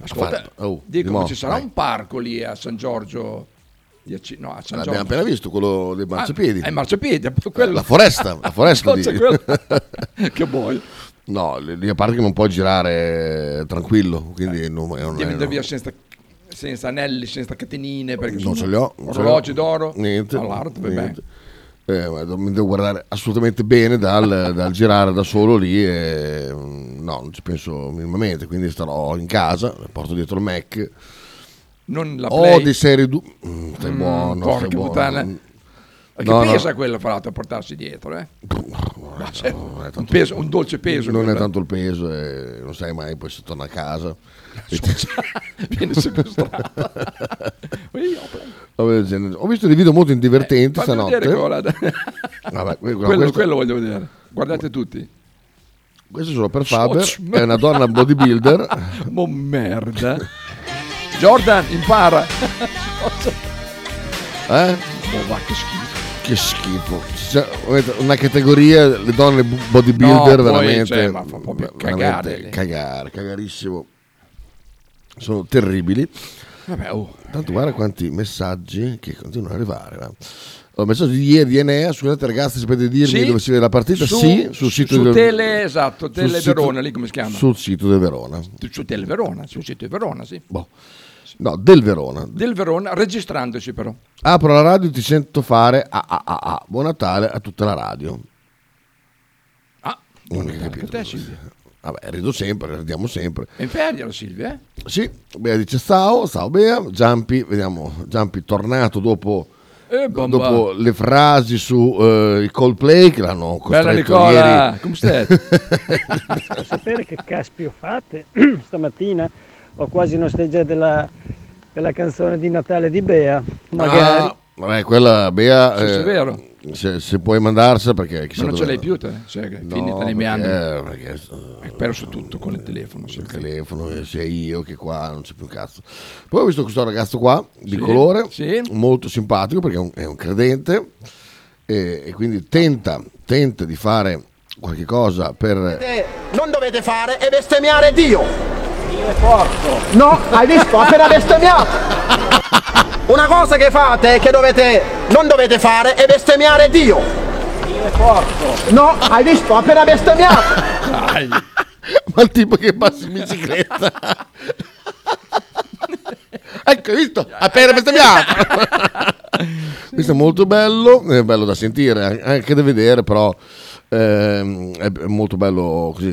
Ascolta, dico, ma ci sarà un parco lì a San Giorgio? No, a San Giorgio. L'abbiamo appena visto, quello dei marciapiedi. È marciapiedi, quello. La foresta Che vuoi? No, lì a parte che non puoi girare tranquillo, quindi devi andare via senza anelli, senza catenine, perché non ce li ho. Orologi d'oro? Niente. Niente. Mi devo guardare assolutamente bene dal girare da solo lì e no, non ci penso minimamente, quindi starò in casa, porto dietro il Mac. Non la Play. Ho di serie 2. Stai buono, porca stai puttana. buono. Che pesa quello fra l'altro a portarsi dietro, un dolce peso. Non è tanto il peso e non sai mai, poi se torna a casa viene sequestrato. Ho visto dei video molto divertenti stanotte. Quello voglio vedere. Guardate tutti. Questo è solo per Faber. È una donna bodybuilder. Mo merda. Jordan, impara. Va, che schifo. Che schifo. Cioè, una categoria, le donne bodybuilder, veramente. Ma fa proprio cagarissimo. Sono terribili. Vabbè, Tanto guarda quanti messaggi che continuano ad arrivare. Ho messaggio di ieri di Enea, scusate ragazzi, sapete dirmi dove si vede la partita? Sul sito del Tele, esatto, Tele Verona, lì come si chiama? Sul sito del Verona. Su Tele Verona, sul sito di Verona, sì. No, del Verona. Del Verona, registrandosi però. Apro la radio e ti sento fare Buon Natale a tutta la radio. Non ho capito te, Silvia. Vabbè, ridiamo sempre. È in ferie la Silvia, Sì, Bea dice ciao Bea. Giampi, vediamo, tornato dopo le frasi su i Coldplay che l'hanno costretto Bella Nicola, ieri. come stai? Per sapere che caspio fate stamattina ho quasi nostalgia della canzone di Natale di Bea, magari. Vabbè, quella Bea Sì, è vero. Se puoi mandarsela perché chissà Ma non ce dove... l'hai più te? Finita nei miei anni. Hai perso tutto con il telefono. Il telefono, sia io che qua non c'è più un cazzo. Poi ho visto questo ragazzo qua di colore, molto simpatico perché è un credente e quindi tenta di fare qualche cosa per... Non dovete fare e bestemmiare Dio. Dio è forte. No, hai visto? Ha appena bestemmiato. Una cosa che fate è che non dovete fare è bestemmiare Dio. Dio è forte. No, hai visto? Ha appena bestemmiato. Ma il tipo che passa in bicicletta. Ecco, hai visto? Ha appena bestemmiato. Questo è molto bello, è bello da sentire, anche da vedere, però è molto bello così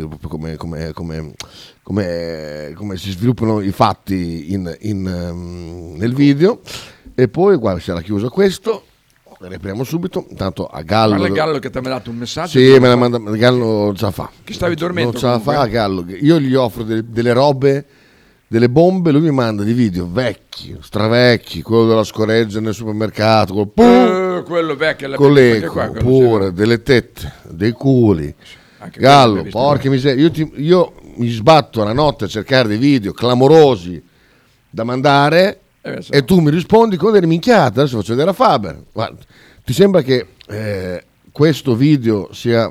come si sviluppano i fatti nel video. E poi qua si era chiuso questo, riapriamo subito. Intanto a Gallo, parla Gallo che ti ha mandato un messaggio. Sì, me la manda Gallo, non ce la fa, che stavi dormendo, non ce la fa Gallo. Io gli offro delle robe, delle bombe, lui mi manda dei video vecchi, stravecchi, quello della scoreggia nel supermercato, quello vecchio con l'eco, pure delle tette, dei culi. Anche Gallo, porca miseria, io mi sbatto la notte a cercare dei video clamorosi da mandare e tu mi rispondi con delle minchiate. Adesso faccio vedere a Faber. Guarda, ti sembra che questo video sia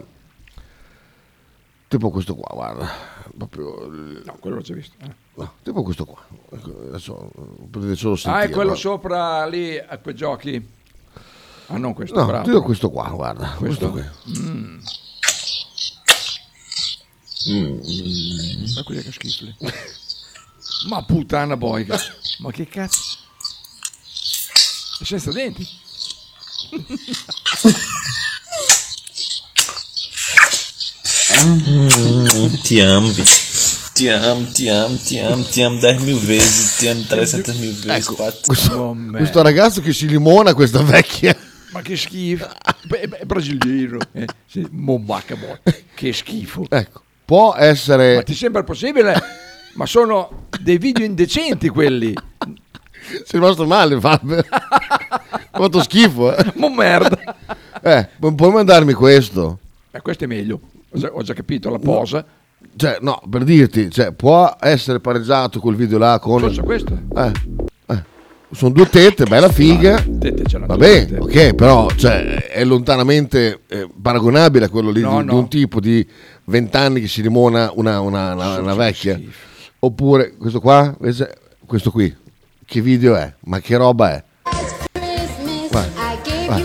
tipo questo qua, guarda, proprio... No, quello l'ho già visto. No, tipo questo qua. Adesso potete solo sentire. È quello sopra lì a quei giochi. Non questo. No, bravo. ti do questo qua, guarda. Questo qui. Ma quelli che schifo. Ma puttana boy. Ma che cazzo? È senza denti. Ti amo 10.000 vezes, ti amo 300.000 vezes. Ecco, questo ragazzo che si limona questa vecchia. Ma che schifo. È brasiliano. Momacca boy. Che schifo. Ecco, può essere... Ma ti sembra possibile? Ma sono dei video indecenti quelli. Sei rimasto male, Fabio. Ha fatto schifo, Ma merda. Puoi mandarmi questo? Questo è meglio. Ho già capito la posa. Cioè, no, per dirti, può essere pareggiato quel video là con... Forse questo? Sono due tette, bella figa. Vabbè, ok, però è lontanamente paragonabile a quello lì di un tipo di 20 anni che si limona una vecchia. Oppure questo qua, invece, questo qui, che video è? Ma che roba è? Vai, vai.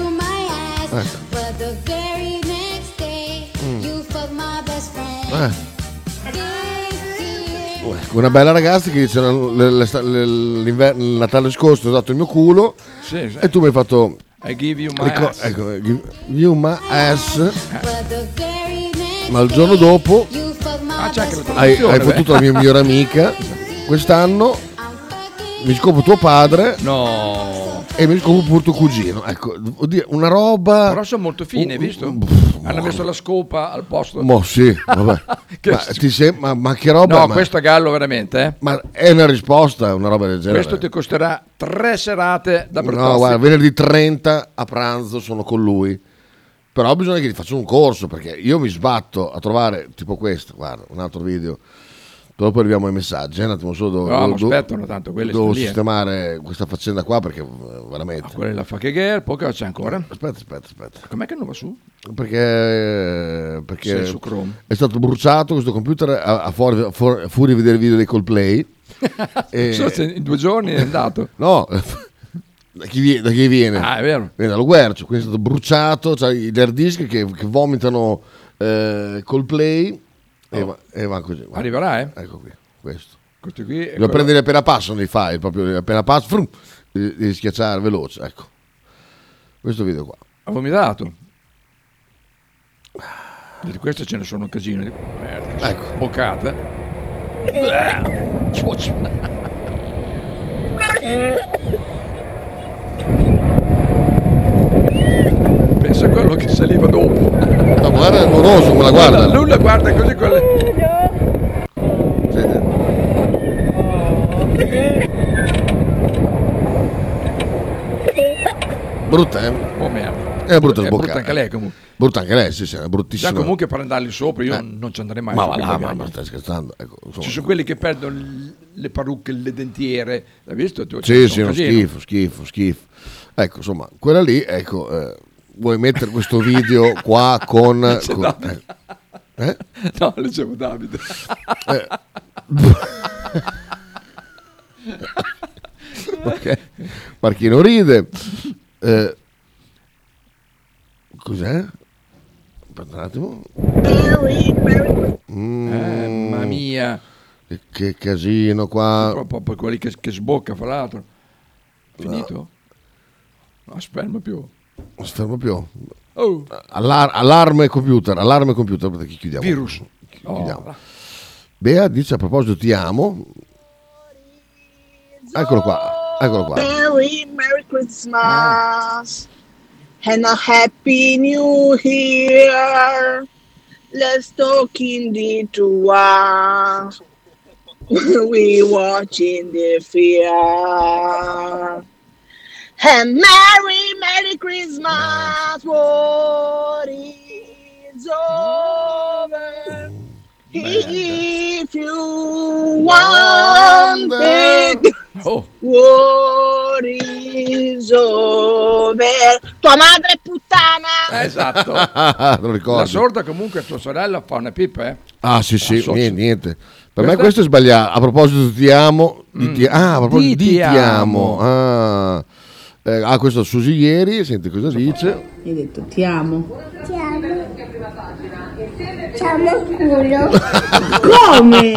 Una bella ragazza che dice il Natale scorso ho dato il mio culo e tu mi hai fatto I give you my ass. Ecco, give you my ass. Ma il giorno dopo hai fottuto la mia migliore amica. Quest'anno mi scopro tuo padre. No. E mi scopro pure tuo cugino. Ecco, oddio, una roba. Però sono molto fine, visto? Hanno messo la scopa al posto. Mo sì, vabbè. ma che roba? No, questo è gallo veramente, eh? Ma è una risposta, una roba del genere. Questo ti costerà 3 serate da Bertozzi. No, guarda, venerdì 30 a pranzo sono con lui. Però bisogna che gli faccia un corso, perché io mi sbatto a trovare tipo questo, guarda, un altro video. Dopo arriviamo ai messaggi, un attimo solo aspettano tanto, devo sistemare questa faccenda qua, perché veramente. Quella è la Fuck Girl, poi che c'è ancora? Aspetta. Com'è che non va su? Perché sei su Chrome. È stato bruciato questo computer a fuori vedere il video dei Coldplay. In 2 giorni è andato. No, da chi viene? Ah, è vero. Viene dallo Guercio, quindi è stato bruciato, cioè gli hard disk che vomitano Coldplay. E va così. Guarda. Arriverà, Ecco qui, questo. Questo qui lo prendi appena passano i file, proprio appena passo, devi schiacciare veloce, ecco. Questo video qua. Ha vomitato. Di queste ce ne sono un casino di merda. Ecco. Boccate. Pensa a quello che saliva dopo. No, guarda il moroso come la guarda. Lui la guarda così quelle. Senti. Brutta, Oh merda. È brutta brutta anche lei comunque. Brutta anche lei, sì, è bruttissima. Già comunque per andarli sopra io non ci andrei mai. Ma stai scherzando? Ecco, ci sono quelli che perdono le parrucche, le dentiere. L'hai visto? Sì, uno schifo. Ecco, insomma, quella lì, ecco, vuoi mettere questo video qua con... No, leggevo Davide. Ok, Marchino ride. Cos'è? Aspetta un attimo. Mamma mia. Che casino qua. Proprio quelli che sbocca fra l'altro. Finito? No, sperma più. Oh. Allarme computer, perché chiudiamo. Virus. Chiudiamo. Bea dice a proposito ti amo. Eccolo qua. Merry Christmas and a Happy New Year. Let's talk in the one. We watching the fear. And Merry Christmas, what is over? If you want it, what is over? Tua madre è puttana! Esatto. Lo ricordo. La sorda comunque tua sorella fa una pipa, eh? Ah sì, niente. Per me questo è sbagliato. A proposito ti amo. A proposito di ti amo. Questo Susi ieri, senti cosa dice. Hai detto ti amo. Ti amo culo. Come?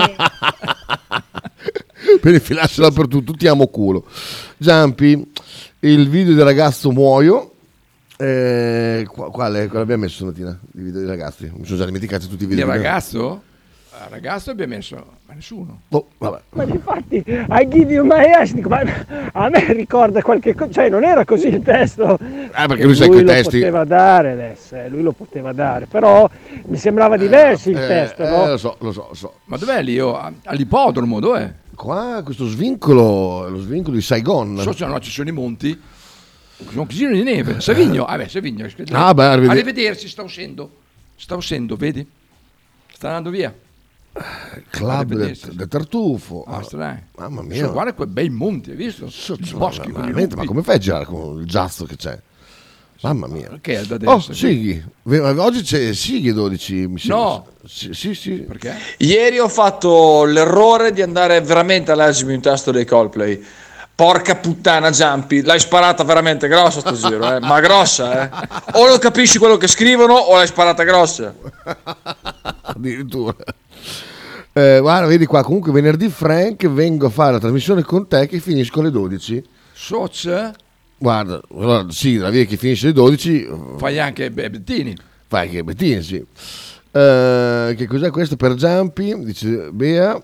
Per infilarsela per tutto, ti amo culo. Giampi, il video del ragazzo muoio. Quale abbiamo messo stamattina? Il video dei ragazzi. Mi sono già dimenticati tutti i video. Il ragazzo? Il ragazzo abbiamo messo, ma nessuno. Vabbè. Ma infatti, I give you my ass, dico, ma a me ricorda qualche cosa, cioè non era così il testo. Perché lui sai che quei testi. Lui lo poteva dare, però mi sembrava diverso il testo, no? Lo so. Ma dov'è lì? All'ippodromo, dov'è? Qua, questo svincolo, lo svincolo di Saigon. No, ci sono i monti. Sono un casino di neve. Savigno, Savigno. Arrivederci, sta uscendo, vedi? Sta andando via. Club del Tartufo. Mamma mia. Guarda quei bei monti, hai visto? I boschi. Ma come fai a girare con il giasto che c'è? Mamma mia. Che è da adesso? Sighi. Oggi c'è Sighi 12, mi sembra. No. Sì. Perché? Ieri ho fatto l'errore di andare veramente a leggermi un testo dei Coldplay. Porca puttana, Giampi, l'hai sparata veramente grossa sto giro, ma grossa, O non capisci quello che scrivono o l'hai sparata grossa. Addirittura. Guarda, vedi qua, comunque venerdì Frank vengo a fare la trasmissione con te che finisco alle 12. Soc? Guarda, allora, sì, la via che finisce alle 12. Fai anche Bettini. Fai anche Bettini, sì. Che cos'è questo per Giampi? Dice Bea.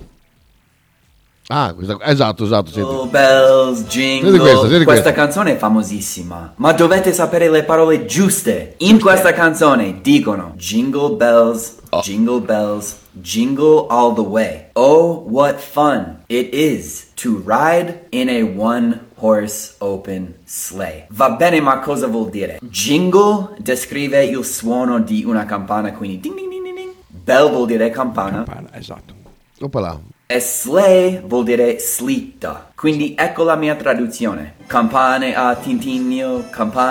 Esatto. Jingle bells, jingle. Senti questa canzone è famosissima, ma dovete sapere le parole giuste. In questa canzone dicono jingle bells, jingle all the way. Oh, what fun it is to ride in a one-horse open sleigh. Va bene, ma cosa vuol dire? Jingle descrive il suono di una campana, quindi ding ding ding ding. Bell vuol dire campana. Esatto. Oppala. E sleigh vuol dire slitta. Quindi ecco la mia traduzione. Campane a Tintinnio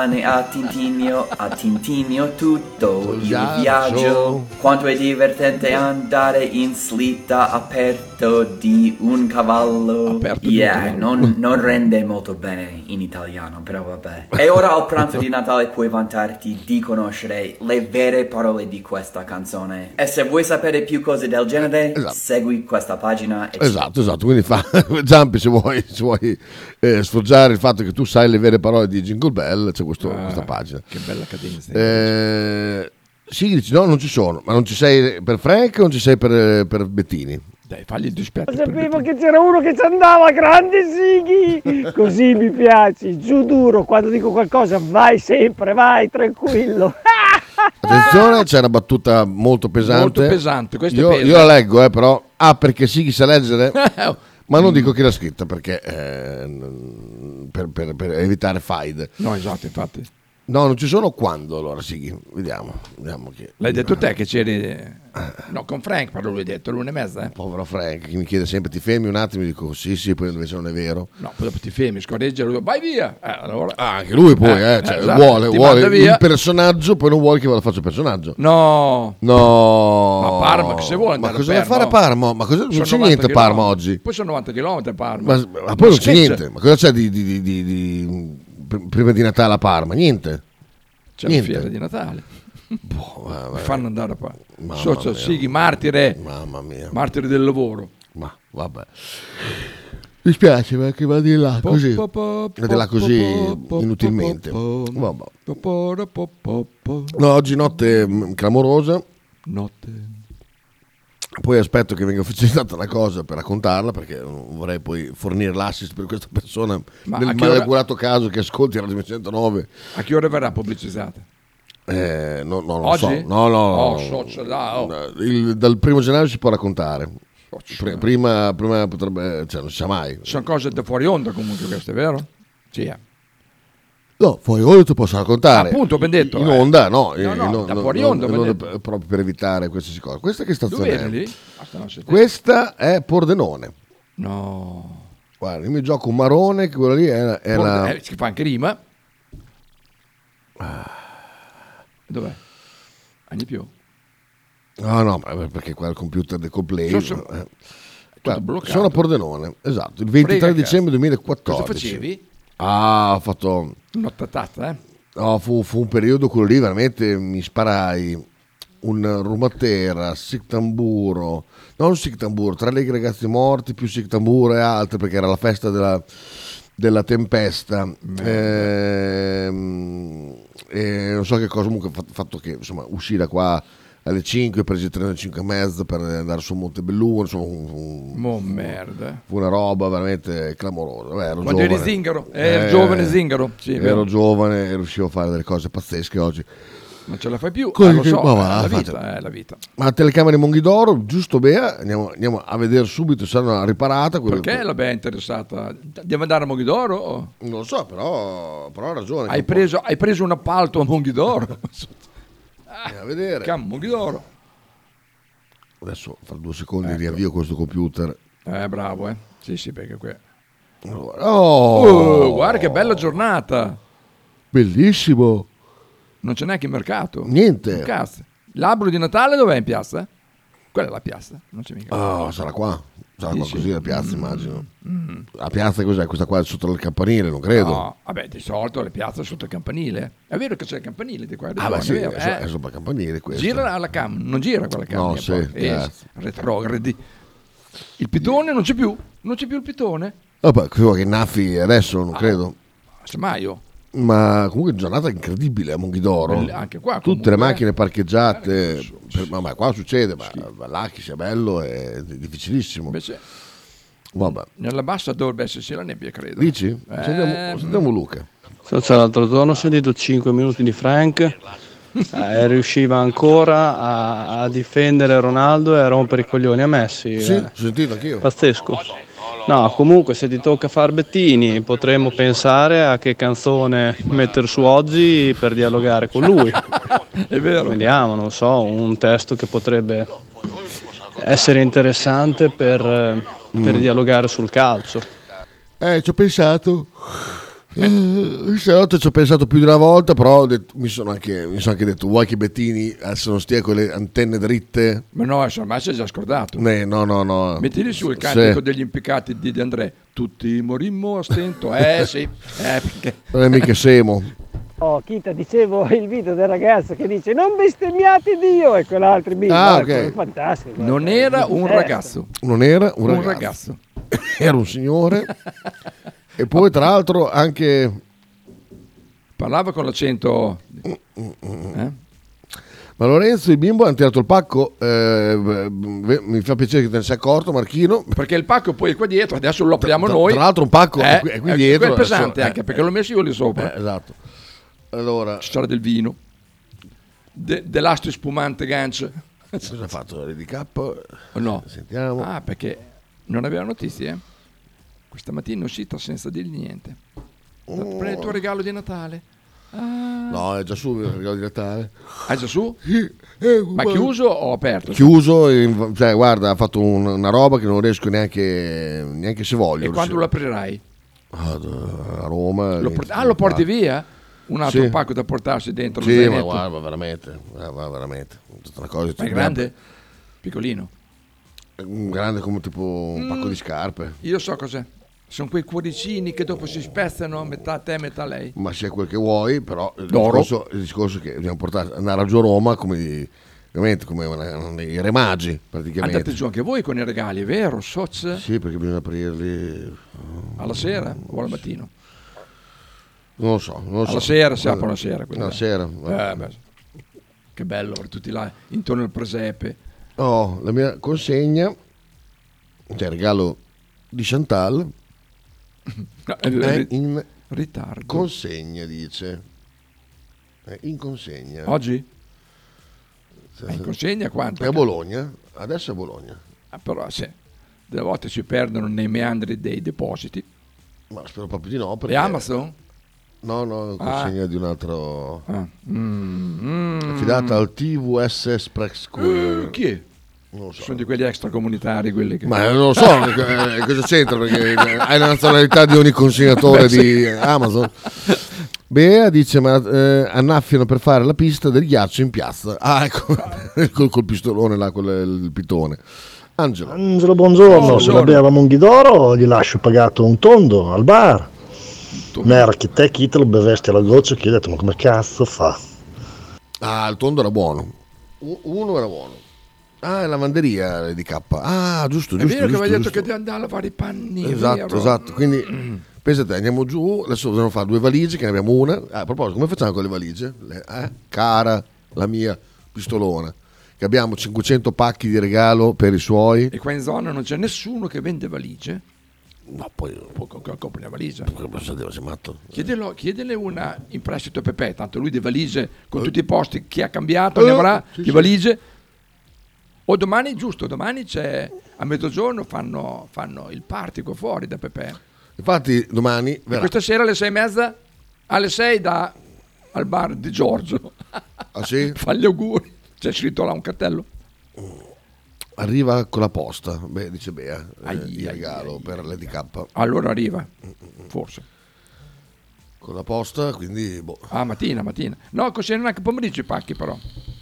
tutto il viaggio. Quanto è divertente andare in slitta aperto di un cavallo. Non rende molto bene in italiano, però vabbè. E ora al pranzo di Natale puoi vantarti di conoscere le vere parole di questa canzone. E se vuoi sapere più cose del genere, segui questa pagina. Esatto, quindi Giampi, se vuoi sfoggiare il fatto che tu sai le vere parole di Jingle Bell, c'è questa pagina. Che bella cadenza. Sì, dici no, non ci sono, ma non ci sei per Frank o non ci sei per Bettini? Dai, fagli il dispiace. Sapevo che c'era uno che ci andava, grande Sighi! Così mi piaci, giù duro, quando dico qualcosa vai sempre, vai tranquillo. Attenzione, c'è una battuta molto pesante. Questo io la leggo, però. Perché Sighi sa leggere? Ma non dico chi l'ha scritta perché per evitare faide. No, esatto, infatti. No, non ci sono quando allora, Sighi. Vediamo che... L'hai detto te che c'eri... No, con Frank parlo, lui ha detto l'1:30. Povero Frank, che mi chiede sempre ti fermi un attimo, dico sì, poi invece non è vero. No, poi dopo ti fermi, scorreggia, lui vai via. Allora... anche lui poi, esatto, vuole il personaggio, poi non vuole che vada faccia il personaggio. No. Ma Parma, che se vuole andare ma cosa deve fare a Parma? Ma cosa, non c'è niente a Parma oggi? Poi sono 90 km a Parma. Ma poi non c'è niente. Ma cosa c'è di prima di Natale a Parma? Niente. C'è la fiera di Natale. Mi fanno andare a Parma. Sighi, martire. Mamma mia. Martire del lavoro. Ma vabbè. Mi spiace perché va di là così. Di là così inutilmente. Vabbè. No, oggi notte clamorosa. Poi aspetto che venga ufficializzata la cosa per raccontarla, perché non vorrei poi fornire l'assist per questa persona nel malaugurato caso che ascolti Radio 109. A che ora verrà pubblicizzata? Non lo oggi? so. No. Dal 1° gennaio si può raccontare. Prima potrebbe, non si sa mai. Sono cose da fuori onda comunque queste, vero? Sì. No, fuori onda tu posso raccontare. Appunto, ben detto. In onda, no. Da fuori onda. Proprio per evitare queste cose. Questa che stazione è? Lì? Questa è Pordenone. No. Guarda, io mi gioco un marrone, che quello lì è la... Si fa anche rima. Dov'è? Anni più. No, perché qua il computer del Coldplay... Sono a Pordenone, esatto. Il 23 dicembre 2014. Cosa facevi? Ho fatto... Una tatata, No, fu un periodo quello lì, veramente mi sparai un rumatera, sic tamburo, non sic tamburo, 3 Allegri ragazzi morti, più sic tamburo e altre, perché era la festa della tempesta. E non so che cosa, comunque fatto che insomma uscì da qua alle 5, presi il treno alle 5:30 per andare su Montebelluno, insomma merda. Fu una roba veramente clamorosa. Ero quando giovane. Eri Zingaro? Giovane Zingaro? Sì, ero giovane e riuscivo a fare delle cose pazzesche oggi. Non ce la fai più, lo so, è la vita. Ma la telecamera di Monghidoro, giusto Bea, andiamo a vedere subito se hanno riparata. Perché la Bea è interessata? Deve andare a Monghidoro? Non lo so, però ha ragione. Hai preso un appalto a Monghidoro? A vedere. Monghidoro. Adesso fra 2 secondi riavvio questo computer. Sì, perché qui. Allora, guarda che bella giornata. Bellissimo. Non c'è neanche il mercato. Niente. Un cazzo. L'albero di Natale dov'è in piazza? Quella è la piazza, non c'è mica. Oh, sarà qua. Sarà qua così la piazza, immagino. La piazza cos'è? Questa qua sotto il campanile, non credo. No, vabbè, di solito le piazze sotto il campanile. È vero che c'è il campanile di qua. Beh, sì, è sopra il campanile questo. Gira alla cam, non gira quella cam. No, sì, retrogradi. Il pitone non c'è più. Non c'è più il pitone. Vabbè, credo che Naffi adesso, non credo. Semaio. Ma comunque giornata incredibile a Monghidoro. Anche qua. Tutte le macchine parcheggiate. Ma qua succede, ma là che sia bello è difficilissimo. Invece, vabbè. Nella bassa dovrebbe esserci la nebbia, credo. Dici? Sentiamo Luca. L'altro giorno ho sentito 5 minuti di Frank. Riusciva ancora a difendere Ronaldo e a rompere i coglioni a Messi. Sì, ho sentito anch'io. Pazzesco. No, comunque se ti tocca far Bettini potremmo pensare a che canzone mettere su oggi per dialogare con lui. È vero. Vediamo, non so, un testo che potrebbe essere interessante per dialogare sul calcio. Ci ho pensato. Stanotte ci ho pensato più di una volta, però mi sono anche detto, vuoi che Bettini se non stia con le antenne dritte? Ma no, ormai si è già scordato. No. Mettili su il cantico degli impiccati di De André. Tutti morimmo a stento. Sì. Perché... Non è mica Semo. Oh, Chita, dicevo il video del ragazzo che dice non bestemmiate Dio e quell'altro okay. Fantastico. Non era un ragazzo. Non era un ragazzo. Era un signore. E poi tra l'altro anche parlava con l'accento. Ma Lorenzo, il bimbo hanno tirato il pacco. Mi fa piacere che te ne sei accorto, Marchino. Perché il pacco poi è qua dietro, adesso lo apriamo noi. Tra l'altro un pacco è qui dietro. È pesante anche perché l'ho messo io lì sopra. Esatto. Allora ci sarà del vino, dell'astro spumante Gancio. Cosa ha fatto Lady K? No. Sentiamo. Perché non aveva notizie. Questa mattina è uscita senza dirgli niente. Prendi il tuo regalo di Natale. No, è già su il regalo di Natale. È già su? Ma chiuso o aperto? Chiuso, cioè guarda, ha fatto una roba che non riesco neanche se voglio. E quando lo aprirai? A Roma. Lo porti via? Un altro pacco da portarsi dentro? Sì, ma guarda, veramente. Tutta una cosa. Ma è grande? Piccolino? Grande come tipo un pacco di scarpe. Io so cos'è. Sono quei cuoricini che dopo si spezzano, metà te, metà lei. Ma sia quel che vuoi, però il discorso è che dobbiamo andare a giù a Roma come i re magi, praticamente. Andate giù anche voi con i regali, è vero? Soz? Sì, perché bisogna aprirli alla sera o al mattino? Non lo so. Alla sera si apre la sera. La sera. Che bello, tutti là intorno al presepe. La mia consegna, cioè il regalo di Chantal, è in ritardo. Consegna, dice. È in consegna. Oggi? È in consegna quanto? È a Bologna, adesso è a Bologna. Però delle volte si perdono nei meandri dei depositi. Ma spero proprio di no. È Amazon? No, consegna di un altro. Affidata al TVS Express Courier. Chi è? Non lo so. Sono di quelli extracomunitari quelli che... Ma non lo so cosa c'entra, perché hai la nazionalità di ogni consegnatore di Amazon. Bea dice ma annaffiano per fare la pista del ghiaccio in piazza. Ecco col pistolone là, il pitone. Angelo, buongiorno. Se la beva Monghidoro gli lascio pagato un tondo al bar. Merchi, te chi te lo bevesti alla goccia, che ho detto ma come cazzo fa? Il tondo era buono. Uno era buono. È lavanderia di K. Giusto. È vero che aveva detto che deve andare a lavare i panni. Esatto. Quindi pensate, andiamo giù. Adesso dobbiamo fare 2 valigie, che ne abbiamo una. A proposito, come facciamo con le valigie? Cara, la mia pistolona. Che abbiamo 500 pacchi di regalo per i suoi. E qua in zona non c'è nessuno che vende valigie? No, poi compri una valigia. Sei matto. Chiedele una in prestito a Pepe, tanto lui di valigie con tutti i posti, chi ha cambiato ne avrà di valigie. O domani c'è a mezzogiorno fanno il party qua fuori da Pepe. Infatti domani verrà. E questa sera alle 6:30, alle 6 al bar di Giorgio. Sì? Fa gli auguri. C'è scritto là un cartello. Arriva con la posta, dice Bea, il regalo per Lady K. Allora arriva, forse. con la posta, quindi boh. Ah, mattina. No, così non anche pomeriggio i pacchi però.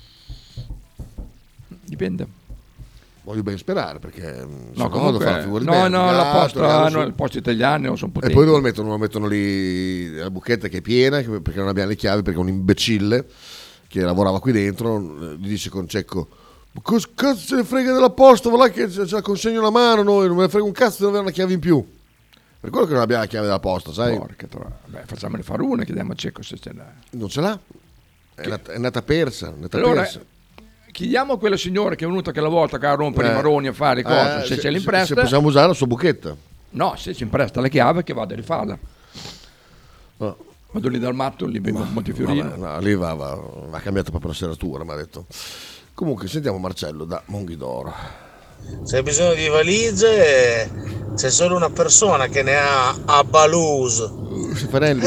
Dipende. Voglio ben sperare perché no, comunque, fare figure di no, merda, la posta, no, il posto italiano sono potenti. E poi dove lo mettono lì la buchetta che è piena perché non abbiamo le chiavi, perché un imbecille che lavorava qui dentro gli dice con Cecco: cosa cazzo se ne frega della posta, voilà che ce la consegno la mano, noi non me ne frega un cazzo di non avere una chiave in più. Per quello che non abbiamo la chiave della posta, sai? Beh, facciamone fare una, chiediamo a Cecco se ce l'ha. Non ce l'ha? È andata persa. Allora, chiediamo a quella signora che è venuta quella volta che a rompere i maroni, a fare cose, se ce l'impresta. Se possiamo usare la sua buchetta. No, se ci impresta la chiave che vado a rifarla. No. Vado lì dal matto, lì vengo a Montefiorino. No, lì va cambiata proprio la serratura, mi ha detto. Comunque sentiamo Marcello da Monghidoro. Se hai bisogno di valigie c'è solo una persona che ne ha a Baluse. Cifarelli.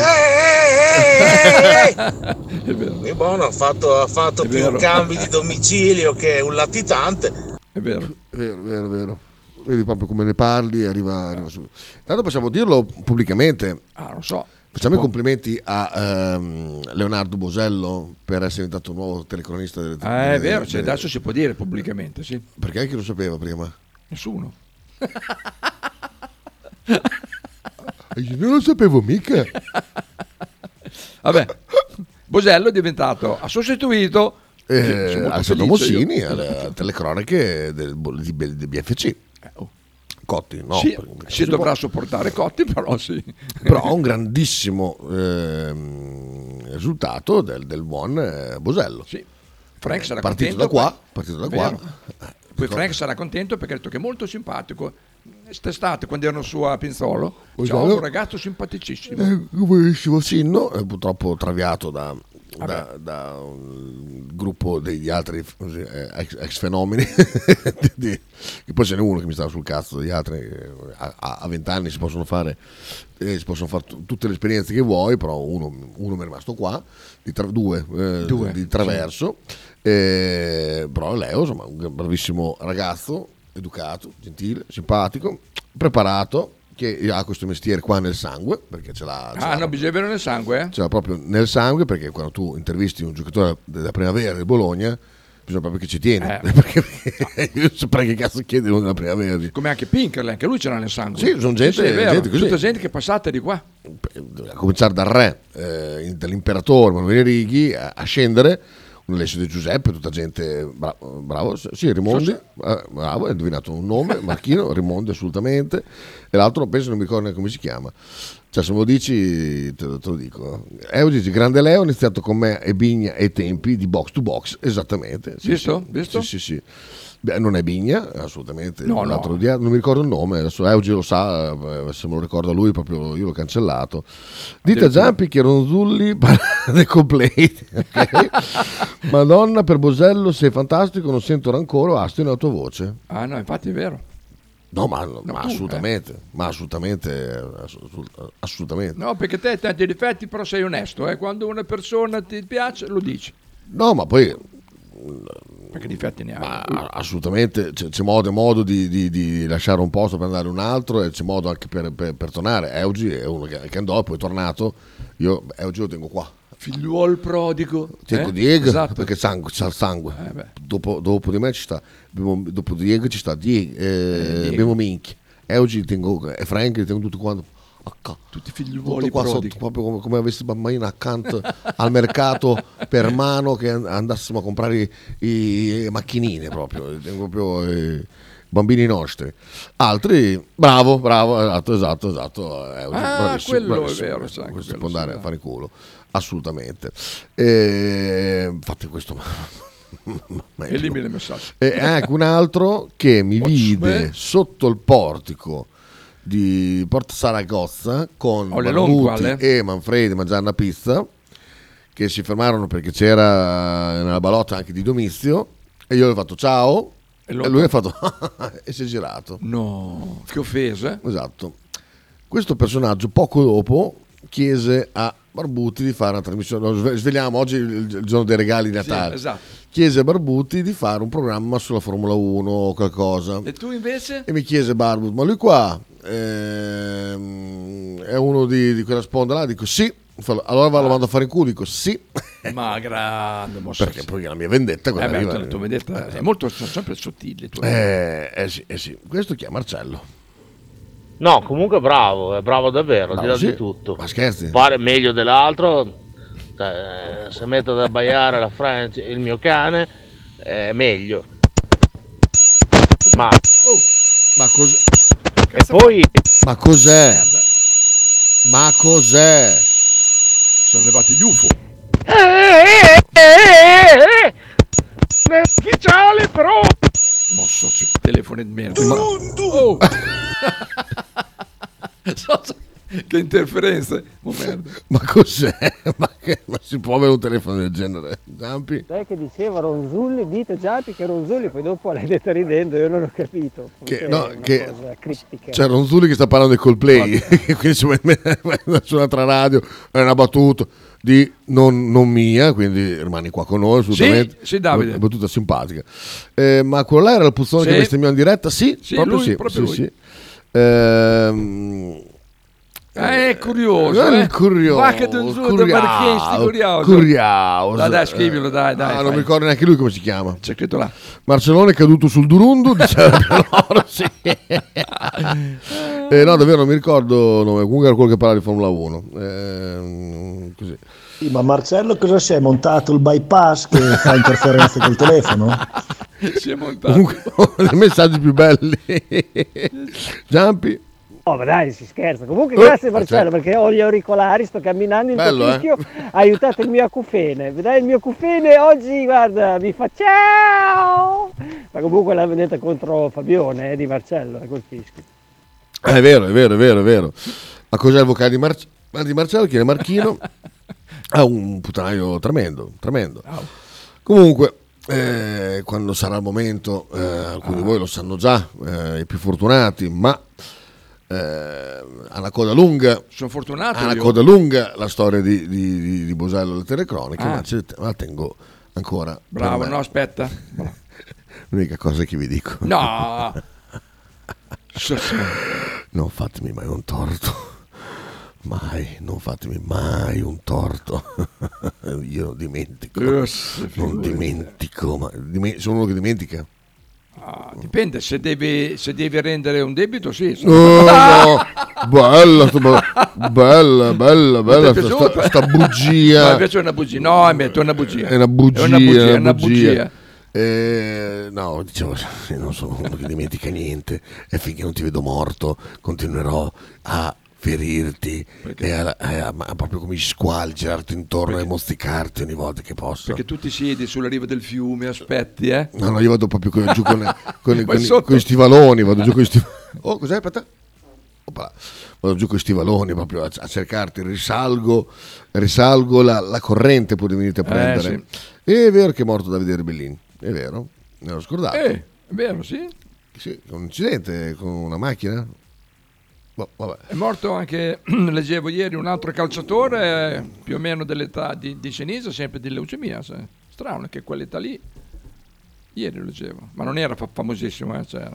È buono, ha fatto più cambi di domicilio che un latitante. È vero. Vedi proprio come ne parli, arriva su. Tanto possiamo dirlo pubblicamente. Non so. Facciamo i complimenti a Leonardo Bosello per essere diventato un nuovo telecronista delle è vero, adesso si può dire pubblicamente, sì. Perché chi lo sapeva prima? Nessuno. Io non lo sapevo mica. Vabbè, Bosello è diventato, ha sostituito Alfredo Mossini alle telecronache del BFC. Cotti, no? Sì, si dovrà sopportare Cotti, però sì. Però un grandissimo risultato del buon Bosello. Sì. Frank sarà partito contento. Partito da qua. Poi Frank sarà contento perché ha detto che è molto simpatico. Quest'estate, quando erano su a Pinzolo, un ragazzo simpaticissimo. Buonissimo Sinno, purtroppo traviato da un gruppo degli altri ex fenomeni che poi ce n'è uno che mi stava sul cazzo, degli altri a 20 anni si possono fare tutte le esperienze che vuoi, però uno mi è rimasto qua, due di traverso, però Leo insomma un bravissimo ragazzo, educato, gentile, simpatico, preparato, che ha questo mestiere qua nel sangue, perché ce l'ha. No, bisogna avere nel sangue, Ce l'ha proprio nel sangue, perché quando tu intervisti un giocatore della Primavera di Bologna bisogna proprio che ci tieni, perché io saprei che cazzo chiede uno della Primavera. Come anche Pinkerle, anche lui ce l'ha nel sangue. Sì, sono gente, è vero. gente così. Tutta gente che è passata di qua. A cominciare dal re, dall'imperatore Manuele Righi, a scendere Alessio De Giuseppe, tutta gente bravo, sì, Rimondi, bravo, hai indovinato un nome, Marchino, Rimondi assolutamente, e l'altro penso non mi ricordo neanche come si chiama, cioè se me lo dici te lo dico. Dice, grande Leo ha iniziato con me e Bigna ai tempi di box to box, esattamente. Sì, visto? Sì. Beh, non è Bigna, assolutamente. No. Non mi ricordo il nome, adesso Eugi lo sa, se me lo ricorda lui proprio io l'ho cancellato. Dite a Giampi che Ronzulli parla dei completi, okay? Madonna, per Bosello sei fantastico, non sento rancore o astio nella tua voce. Ah no, infatti è vero. No, ma assolutamente, assolutamente. No, perché te hai tanti difetti, però sei onesto, quando una persona ti piace lo dici. No, ma poi perché difetti ne ha. Assolutamente c'è modo di lasciare un posto per andare un altro, e c'è modo anche per tornare. Eugi è uno che andò e poi è tornato. Io Eugi lo tengo qua. Figliuolo prodigo. Tengo Diego, esatto. Perché c'ha il sangue. Dopo di me ci sta. Dopo Diego ci sta Diego. Abbiamo Minchia. Eugi tengo, e Frank li tengo tutti quanti. Tutti figliuoli qua prodigo. Sotto, proprio come avessi bambina accanto al mercato per mano, che andassimo a comprare i macchinine proprio bambini nostri. Altri bravo, esatto, quello è vero, questo può andare a fare culo, assolutamente. Infatti questo elimina il messaggio. Ecco un altro che mi vide sotto il portico di Porta Saragozza con Barbuti e Manfredi mangiare una pizza, che si fermarono perché c'era nella balotta anche di Domizio, e io gli ho fatto ciao e lui ha fatto e si è girato. No, che offesa. Esatto. Questo personaggio poco dopo chiese a Barbuti di fare una trasmissione. Svegliamo oggi il giorno dei regali di Natale. Sì, esatto. Chiese a Barbuti di fare un programma sulla Formula 1 o qualcosa. E tu invece? E mi chiese Barbuti, ma lui qua è uno di quella sponda là? Dico sì, Allora lo mando a fare in culo, dico sì. Ma grande mossa. Perché poi la mia vendetta la tua vendetta è molto, sono sempre sottili. Sì. Questo chi è? Marcello. No, comunque è bravo davvero, dirà di tutto. Ma scherzi? Pare meglio dell'altro. Se metto ad abbaiare la French, il mio cane, è meglio. Ma cos'è? E poi Ma cos'è? Sono levati gli UFO. Ufficiale però. Mosso su telefono di merda. Che interferenze. Ma cos'è? Ma si può avere un telefono del genere? Giampi? Sai che diceva Ronzulli, dite Giampi che Ronzulli, poi dopo l'hai detta ridendo, io non ho capito. Cosa criptica. C'è Ronzulli che sta parlando di Coldplay, quindi su un'altra radio è una battuta di non mia, quindi rimani qua con noi assolutamente. Sì, Davide. Una battuta simpatica. Ma quello là era il puzzone che bestemmiò in diretta? Sì, proprio lui, sì. proprio lui. Sì. È curioso, Vacca d'un giù curioso. Dai, scrivilo, dai. Non mi ricordo neanche lui come si chiama. C'è scritto là. Marcellone è caduto sul Durundu, diceva loro, sì. No, davvero non mi ricordo nome, comunque era quello che parla di Formula 1. Così. Sì, ma Marcello cosa si è montato il bypass che fa interferenze col telefono? Si è montato. Comunque, dei messaggi più belli. Giampi. Oh, ma dai, si scherza. Comunque grazie Marcello, perché ho gli auricolari, sto camminando in Tokyo, ha aiutato il mio acufene. Vedrai il mio acufene oggi, guarda, mi fa ciao! Ma comunque la vendetta contro Fabione di Marcello, col fischio. È vero. Ma cos'è il vocale di Marcello? Che è Marchino? Ha un puttanaio tremendo. Comunque, quando sarà il momento, alcuni di voi lo sanno già, i più fortunati, ma alla coda lunga, sono fortunato alla coda lunga la storia di Bosello alle telecroniche, ma la tengo ancora. Bravo, no, aspetta. L'unica cosa che vi dico, no, non fatemi mai un torto. Non fatemi mai un torto. Io non dimentico. Non dimentico, ma sono uno che dimentica. Dipende, se devi rendere un debito, sì. No, bella sta bugia. No, invece è una bugia. No, è una bugia. È una bugia. No, dicevo, non sono uno che dimentica niente, e finché non ti vedo morto continuerò a ferirti e proprio come squali girarti intorno e mozzicarti ogni volta che posso. Perché tu ti siedi sulla riva del fiume, aspetti, No, io vado proprio giù con i stivaloni, vado giù con i stivaloni. Oh, cos'è? Aspetta. Opa. Vado giù con i stivaloni proprio a cercarti, risalgo la corrente pur di venirti a prendere. Sì. È vero che è morto Davide Rebellin, è vero, me l'ho scordato. È vero, sì. Sì, un incidente con una macchina. Vabbè. È morto anche, leggevo ieri, un altro calciatore più o meno dell'età di Senisa, sempre di leucemia. Strano che quell'età lì, ieri lo leggevo, ma non era famosissimo. C'era.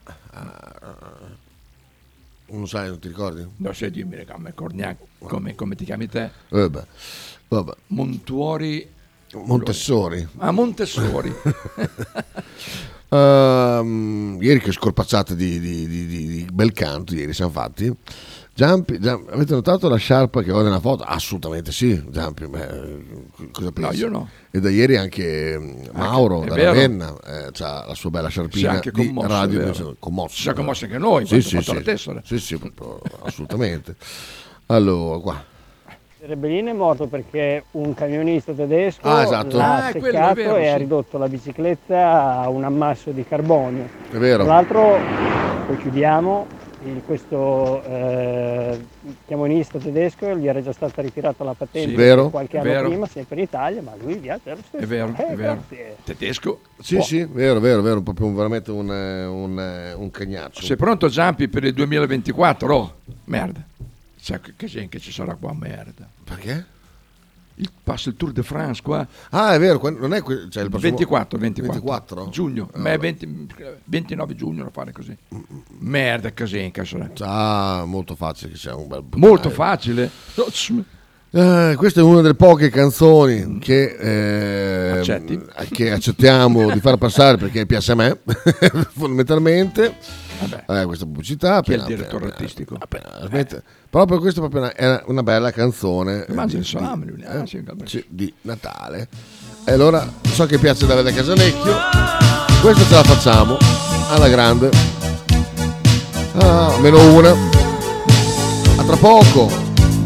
Non sai, non ti ricordi? No, sai, dimmi, non mi ricordo neanche come ti chiami te. Vabbè. Montessori. Montessori. Ieri che scorpacciata di bel canto, ieri siamo fatti. Giampi, avete notato la sciarpa che ho nella foto? Assolutamente sì, Giampi. Cosa pensi? No, io no. E da ieri anche Mauro da Ravenna c'ha la sua bella sciarpina anche di commosso, radio. Commosso. Si è commosso anche noi, sì, la tessera. Sì, assolutamente. Allora, qua. Rebellin è morto perché un camionista tedesco esatto. l'ha seccato e ha ridotto la bicicletta a un ammasso di carbonio. È vero. Tra l'altro, poi chiudiamo, questo camionista tedesco gli era già stata ritirata la patente qualche anno prima, sempre in Italia, ma lui viaggia lo stesso. È vero. Tedesco? Sì, vero, proprio veramente un cagnaccio. Sei pronto, Giampi, per il 2024? Merda. Sai che gente che ci sarà qua, merda. Perché? Passa il Tour de France qua. È vero, non è il prossimo... 24 giugno, ma è 29 giugno da fare così. Merda, casino che sarà. Molto facile che sia un bel Molto facile. Questa è una delle poche canzoni che accettiamo di far passare perché piace a me, fondamentalmente. Questa pubblicità. Chi è il direttore artistico? Proprio questa è una bella canzone di Natale. E allora so che piace da Davide Casalecchio. Questa ce la facciamo alla grande. Meno una. A tra poco.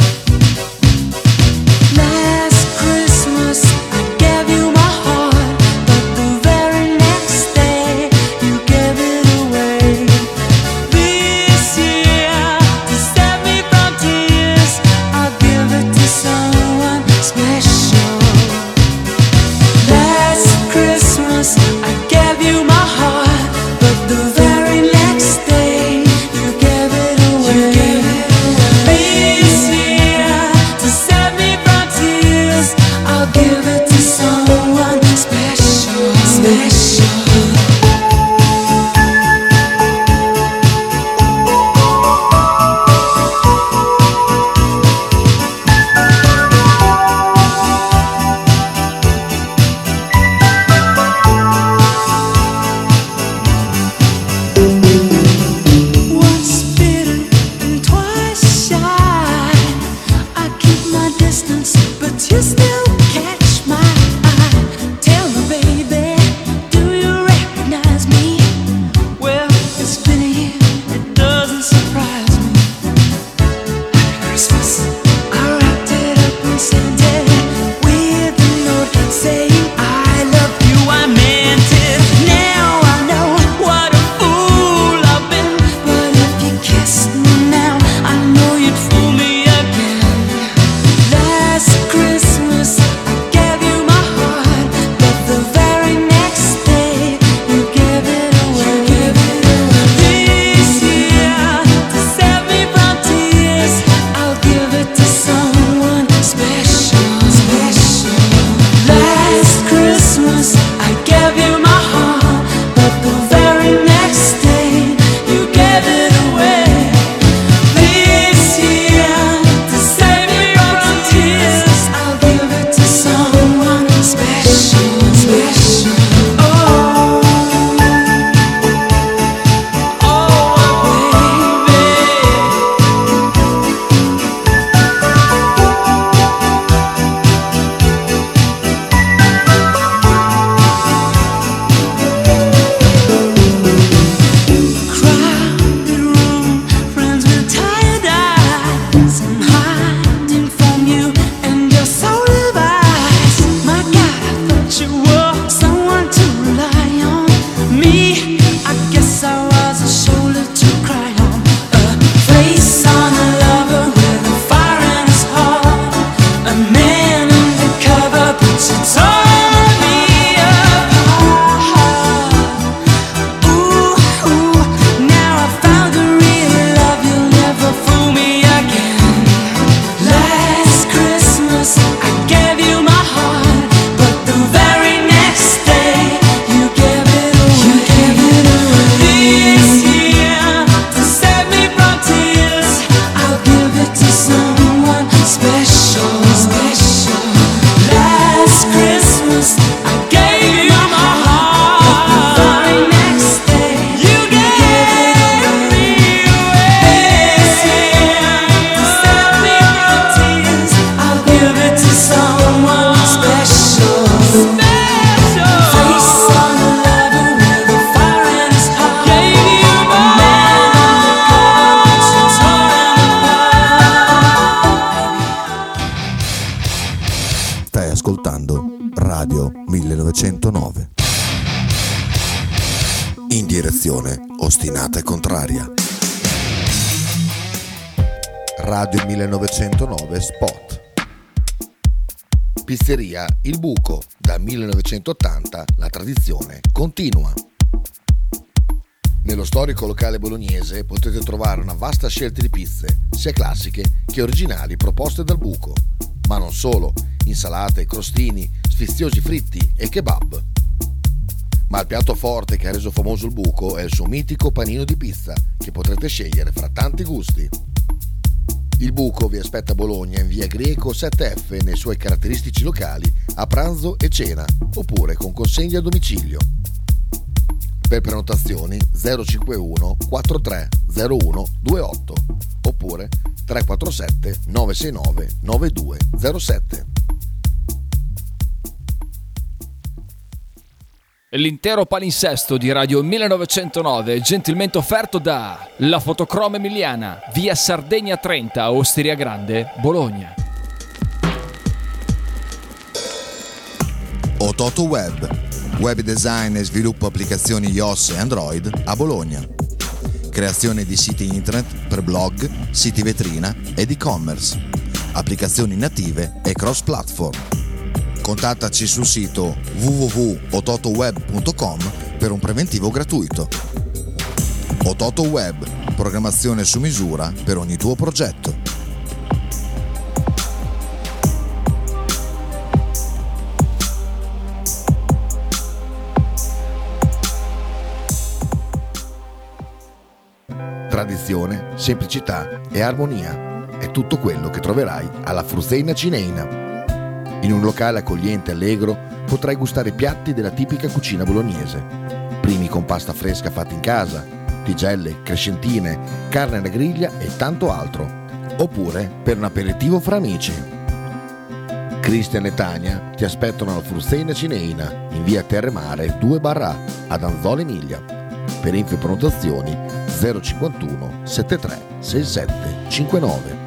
ascoltando Radio 1909. In direzione ostinata e contraria. Radio 1909 Spot. Pizzeria Il Buco. Da 1980 la tradizione continua. Nello storico locale bolognese potete trovare una vasta scelta di pizze, sia classiche che originali proposte dal Buco. Ma non solo, insalate, crostini, sfiziosi fritti e kebab. Ma il piatto forte che ha reso famoso il Buco è il suo mitico panino di pizza, che potrete scegliere fra tanti gusti. Il Buco vi aspetta a Bologna in via Greco 7F nei suoi caratteristici locali a pranzo e cena, oppure con consegna a domicilio. Per prenotazioni 051 43 01 28 oppure 347 969 9207. L'intero palinsesto di Radio 1909 è gentilmente offerto da La Fotocroma Emiliana, via Sardegna 30, Osteria Grande, Bologna. Ototo Web, web design e sviluppo applicazioni iOS e Android a Bologna. Creazione di siti internet per blog, siti vetrina ed e-commerce, applicazioni native e cross-platform. Contattaci sul sito www.ototoweb.com per un preventivo gratuito. Ototo Web, programmazione su misura per ogni tuo progetto. Tradizione, semplicità e armonia è tutto quello che troverai alla Fruzeina Cineina. In un locale accogliente e allegro potrai gustare piatti della tipica cucina bolognese. Primi con pasta fresca fatta in casa, tigelle, crescentine, carne alla griglia e tanto altro. Oppure per un aperitivo fra amici. Cristian e Tania ti aspettano alla Fruzeina Cineina in via Terremare 2/A ad Anzola Emilia. Per info e prenotazioni 051 73 67 59.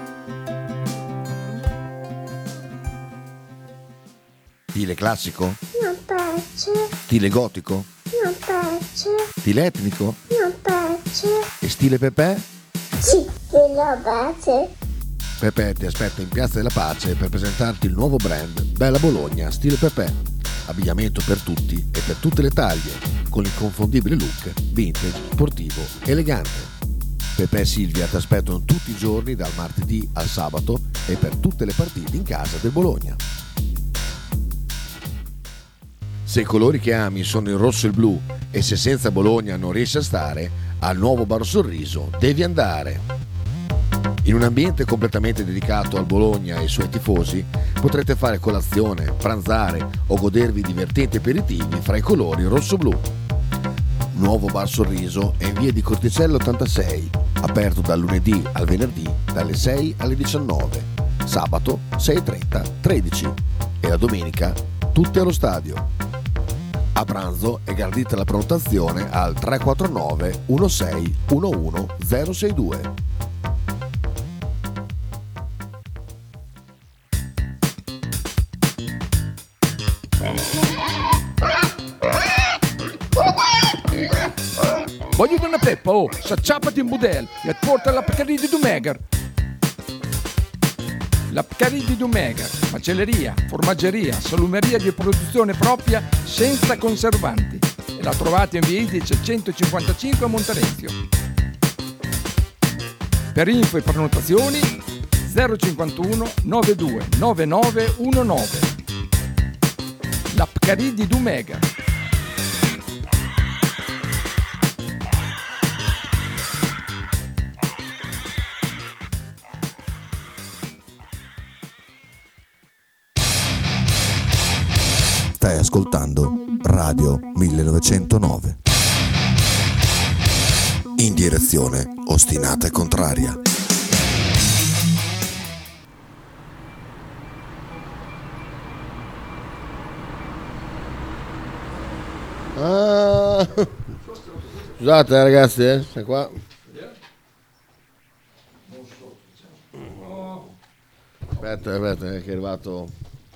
Stile classico? Non piace. Stile gotico? Non piace. Stile etnico? Non piace. E stile Pepe? Sì, non piace. Pepe ti aspetta in Piazza della Pace per presentarti il nuovo brand Bella Bologna Stile Pepe. Abbigliamento per tutti e per tutte le taglie, con l'inconfondibile look vintage, sportivo, elegante. Pepe e Silvia ti aspettano tutti i giorni dal martedì al sabato e per tutte le partite in casa del Bologna. Se i colori che ami sono il rosso e il blu e se senza Bologna non riesci a stare, al nuovo Bar Sorriso devi andare. In un ambiente completamente dedicato al Bologna e ai suoi tifosi potrete fare colazione, pranzare o godervi divertenti aperitivi fra i colori rosso-blu. Nuovo Bar Sorriso è in via di Corticello 86, aperto dal lunedì al venerdì dalle 6 alle 19, sabato 6:30, 13 e la domenica tutte allo stadio. A pranzo è gradita la prenotazione al 349 16 11 062. Voglio una peppa, s'acciappati in budel e porta la Pcaridi di Dumegar. La Pcaridi di Dumegar, macelleria, formaggeria, salumeria di produzione propria senza conservanti. E la trovate in via Idice 155 a Monterezio. Per info e prenotazioni 051 92 9919. La Pcaridi di Dumegar. Stai ascoltando Radio 1909. In direzione ostinata e contraria. Scusate ragazzi, sei qua. Aspetta, che è arrivato.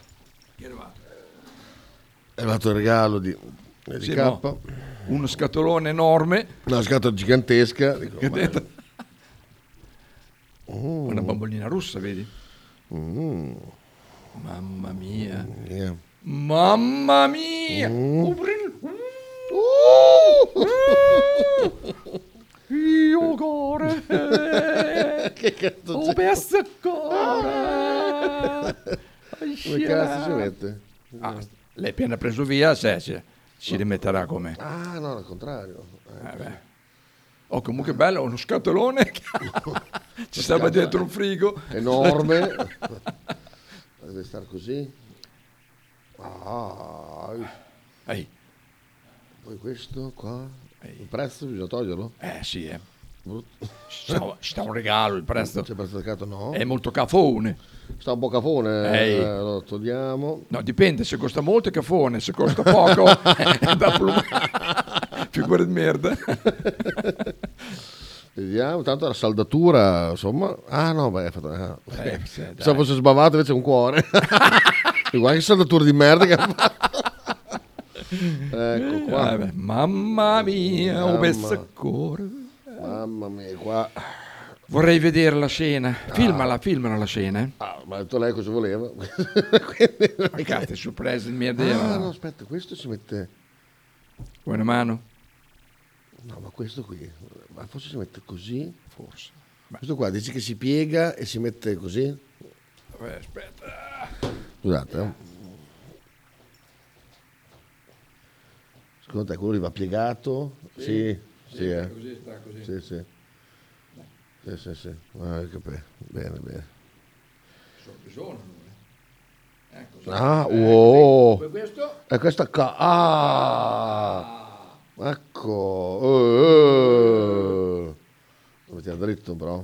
È arrivato il regalo di sì, K. No. Uno scatolone enorme. Una scatola gigantesca. Dico, una bambolina russa, vedi? Mamma mia. Mamma mia. Io cuore. Che cazzo oh, besta cuore. Come cazzo si mette? Lei appena preso via si rimetterà come. Ah no, al contrario. Oh, comunque bello, uno scatolone che ci stava dentro un frigo enorme. Deve stare così. Poi questo qua. Il prezzo bisogna toglierlo? Sì, sta un regalo il prezzo. C'è prezzo mercato? No. È molto cafone. Sta un po' cafone, lo togliamo. No, dipende, se costa molto è cafone, se costa poco è da plumare. Figura di merda. Vediamo, tanto la saldatura, insomma. Ah no, se fosse sbavato invece un cuore. Guarda che saldatura di merda che ha fatto. Ecco qua. Mamma mia, ho messo il cuore. Mamma mia, qua. Vorrei vedere la scena. Filmala la scena. Ma ha detto lei cosa voleva. Ma cazzo, sorpresa di merda. No, aspetta, questo si mette. Vuoi una mano? No, ma questo qui, ma forse si mette così. Forse. Questo qua dici che si piega e si mette così? Aspetta. Scusate. Secondo te quello lì va piegato? Sì. Così sta così. Sì. Bene. Sorpresone. Ecco. Wow. Questo? E questa qua. Ecco. Lo mettiamo dritto però.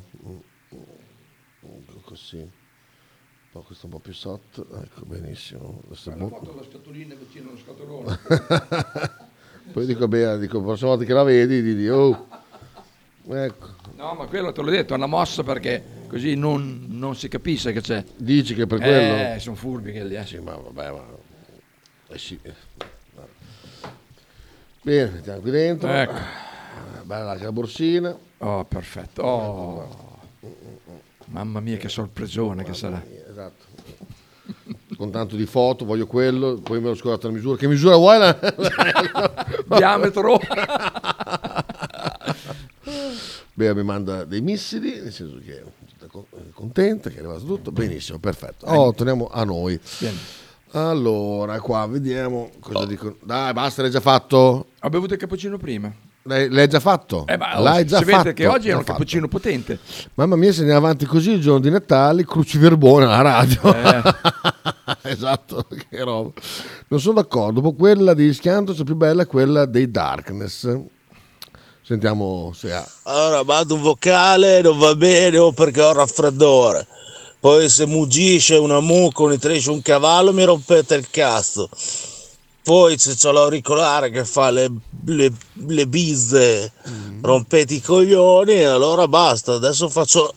Così. Poi questo un po' più sotto. Ecco, benissimo. Hanno fatto la scatolina vicino allo scatolone. Poi dico, la prossima volta che la vedi, dici, ecco. No, ma quello te l'ho detto, è una mossa perché così non si capisce che c'è. Dici che per quello? Sono furbi quelli, Sì, ma vabbè, sì. Bene, mettiamo qui dentro. Ecco. Bella anche la borsina. Oh, perfetto. Oh. Mamma mia, che sorpresone che sarà. Mia, esatto. Con tanto di foto, voglio quello, poi me l'ho scordato la misura. Che misura vuoi? Diametro. Beh, mi manda dei missili, nel senso che è contenta, che è arrivato tutto. Benissimo, perfetto. Torniamo a noi. Vieni. Allora, qua vediamo cosa dicono. Dai, basta, l'hai già fatto? Ho bevuto il cappuccino prima. L'hai già fatto? L'hai già fatto. Che oggi è un cappuccino potente. Mamma mia, se andiamo avanti così il giorno di Natale, cruciverbone alla radio. Esatto, che roba. Non sono d'accordo. Dopo quella di Schianto c'è più bella quella dei Darkness. Sentiamo se ha. Allora, vado un vocale, non va bene perché ho raffreddore. Poi se muggisce una mucca, un tresce un cavallo, mi rompete il cazzo. Poi se c'ho l'auricolare che fa le bizze, rompete i coglioni, allora basta, adesso faccio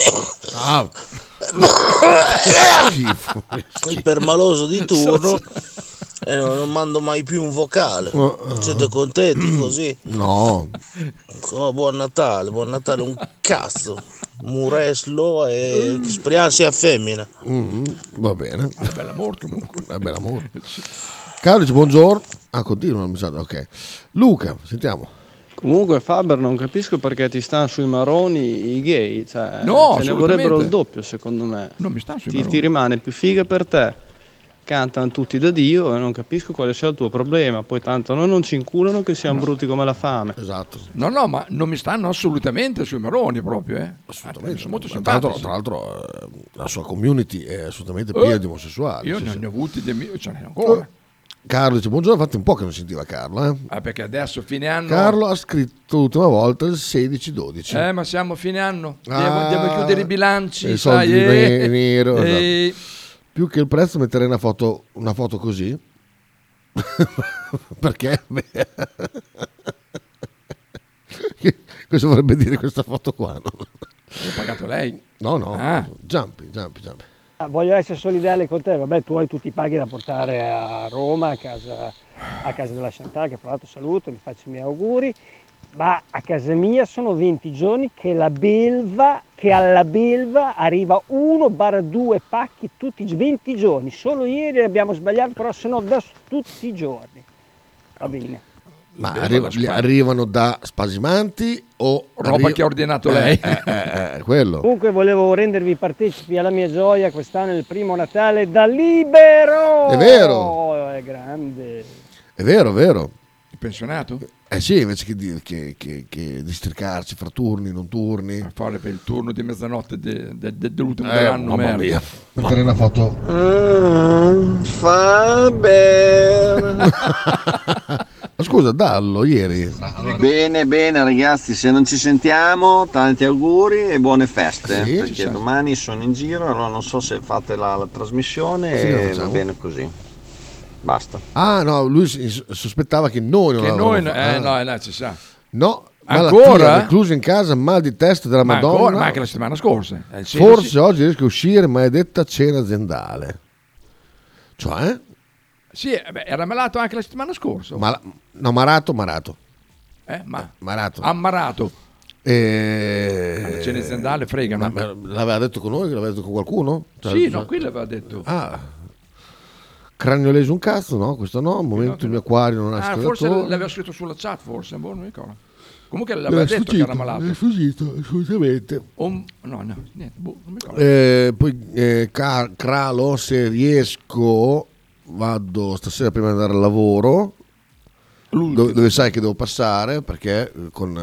il permaloso di turno e non mando mai più un vocale. Siete contenti così? No. Buon Natale un cazzo. Mureslo e speriamo sia femmina. Va bene. Bella morte comunque. Bella morte. Carlo dice buongiorno. Continua il messaggio, ok. Luca, sentiamo. Comunque Faber, non capisco perché ti stanno sui maroni i gay, cioè no, ce ne vorrebbero il doppio secondo me. Non mi stanno sui maroni. Ti rimane più figa per te. Cantano tutti da Dio e non capisco quale sia il tuo problema. Poi tanto noi non ci inculano che siamo brutti come la fame. Esatto. No, ma non mi stanno assolutamente sui maroni proprio. Assolutamente. Sono molto simpatici. Tra l'altro la sua community è assolutamente piena di omosessuali. Io ne ho avuti dei miei, ce n'è ancora. Carlo dice buongiorno, infatti un po' che non sentiva Carlo. Perché adesso fine anno. Carlo ha scritto l'ultima volta il 16-12. Ma siamo a fine anno. Devo chiudere i bilanci. I soldi nero. Esatto. Più che il prezzo metterei una foto così. Perché? Cosa vorrebbe dire questa foto qua? L'ho pagato lei? No. Jumpy. Voglio essere solidale con te, vabbè, tu hai tutti i paghi da portare a Roma, a casa della Chantal, che fra l'altro saluto, gli faccio i miei auguri, ma a casa mia sono 20 giorni che alla belva arriva 1/2 pacchi tutti 20 giorni, solo ieri abbiamo sbagliato, però se no da tutti i giorni, va bene. Ma arrivano da spasimanti o roba che ha ordinato lei? Quello. Comunque volevo rendervi partecipi alla mia gioia quest'anno, il primo Natale da libero. È vero. È grande. È vero. pensionato? Sì, invece che districarci fra turni, non turni. A fare per il turno di mezzanotte dell'ultimo dell'anno. Mamma mia. Mettere una foto. Faber. Ma scusa, Dallo, ieri. Bene ragazzi, se non ci sentiamo, tanti auguri e buone feste, Sì, perché domani sono in giro, allora non so se fate la trasmissione e va bene così. Basta. Ah no, lui sospettava che noi non l'avevamo no, ci sa. No, ancora? Recluso in casa, mal di testa della Madonna. Ancora, ma anche la settimana scorsa. Forse oggi riesco a uscire, maledetta cena aziendale. Cioè? Sì, era malato anche la settimana scorsa. Marato. Marato. Ammarato. La cena aziendale fregano. Ma l'aveva detto con noi? L'aveva detto con qualcuno? Sì, no, qui l'aveva detto. Cranio leso un cazzo, no? Questo no, al momento il mio acquario non ha forse l'aveva scritto sulla chat, forse, non mi ricordo. Comunque l'aveva detto che era malato. È sfuggito, assolutamente. No, niente, non mi ricordo. Poi Cralo, se riesco, vado stasera prima di andare al lavoro, dove sai che devo passare, perché con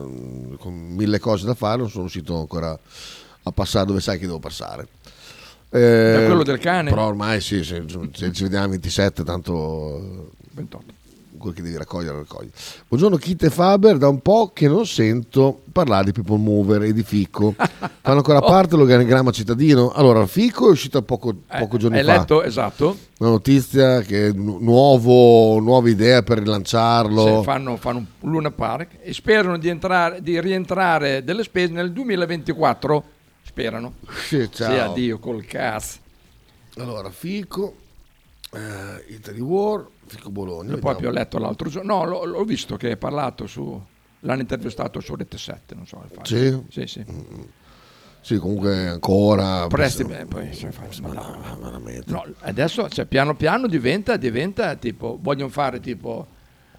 1000 cose da fare non sono riuscito ancora a passare dove sai che devo passare. Da quello del cane? Però ormai sì, se ci vediamo 27, tanto 28. Quel che devi raccogliere raccogli. Buongiorno Kit e Faber, da un po' che non sento parlare di People Mover e di Fico. Fanno ancora parte l'organigramma cittadino? Allora, Fico è uscito poco giorni fa. Hai letto, esatto. Una notizia che nuova idea per rilanciarlo. Sì, fanno un Luna Park e sperano di rientrare delle spese nel 2024. Sperano. Sì, ciao. Sì, addio col cazzo. Allora, Fico, Italy War, Fico Bologna. E poi ho letto l'altro giorno. No, l'ho visto che è parlato l'hanno intervistato su Rete 7, non so. Sì? Sì. Sì, comunque ancora. Presti, poi veramente. No, adesso piano piano diventa tipo, vogliono fare tipo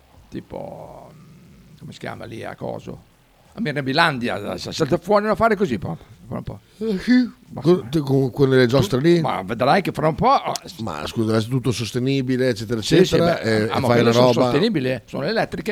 come si chiama lì a coso? A Mirabilandia, salta fuori a fare così proprio. Sì, con quelle giostre lì. Ma vedrai che fra un po'. Ma scusa, è tutto sostenibile, eccetera, eccetera. Sì, e fai la roba. Sono sostenibili, sono elettriche.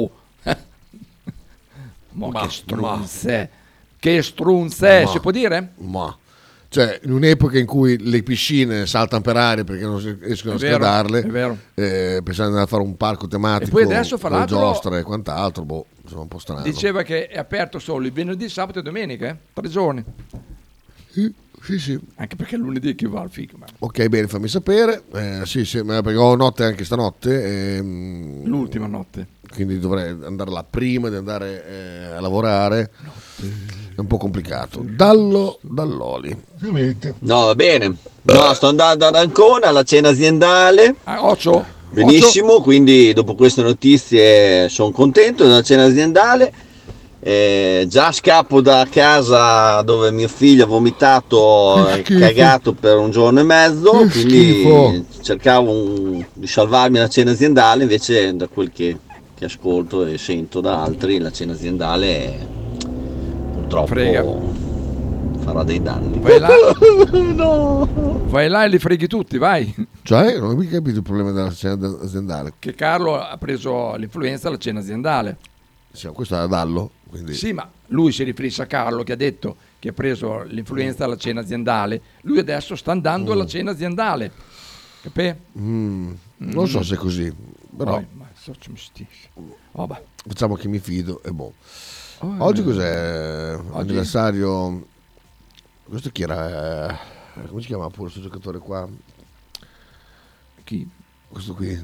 Che strunze, si può dire? Cioè, in un'epoca in cui le piscine saltano per aria perché non riescono a scaldarle, pensando di andare a fare un parco tematico, e poi adesso con le giostre e quant'altro, sono un po' strano. Diceva che è aperto solo il venerdì, sabato e domenica, 3 giorni. Sì. Anche perché lunedì chi va al Fico. Ok, bene, fammi sapere. Sì, perché ho notte anche stanotte. L'ultima notte. Quindi dovrei andare là prima di andare a lavorare. È un po' complicato. Dall'Oli. No, va bene. No, sto andando ad Ancona alla cena aziendale. Occhio. Benissimo, quindi dopo queste notizie sono contento della cena aziendale. Già scappo da casa dove mio figlio ha vomitato e cagato per 1 giorno e mezzo, quindi cercavo di salvarmi la cena aziendale, invece da quel che ascolto e sento da altri la cena aziendale purtroppo farà dei danni. Vai là. No. Vai là e li freghi tutti, vai. Cioè, non ho mica capito il problema della cena aziendale. Che Carlo ha preso l'influenza alla cena aziendale. Sì, questo era Dallo. Quindi. Sì, ma lui si riferisce a Carlo che ha detto che ha preso l'influenza alla cena aziendale. Lui adesso sta andando alla cena aziendale. Capì? Non so se è così, però facciamo che mi fido e boh. Oggi cos'è? Anniversario. Questo chi era? Come si chiama pure questo giocatore qua? Chi? Questo qui.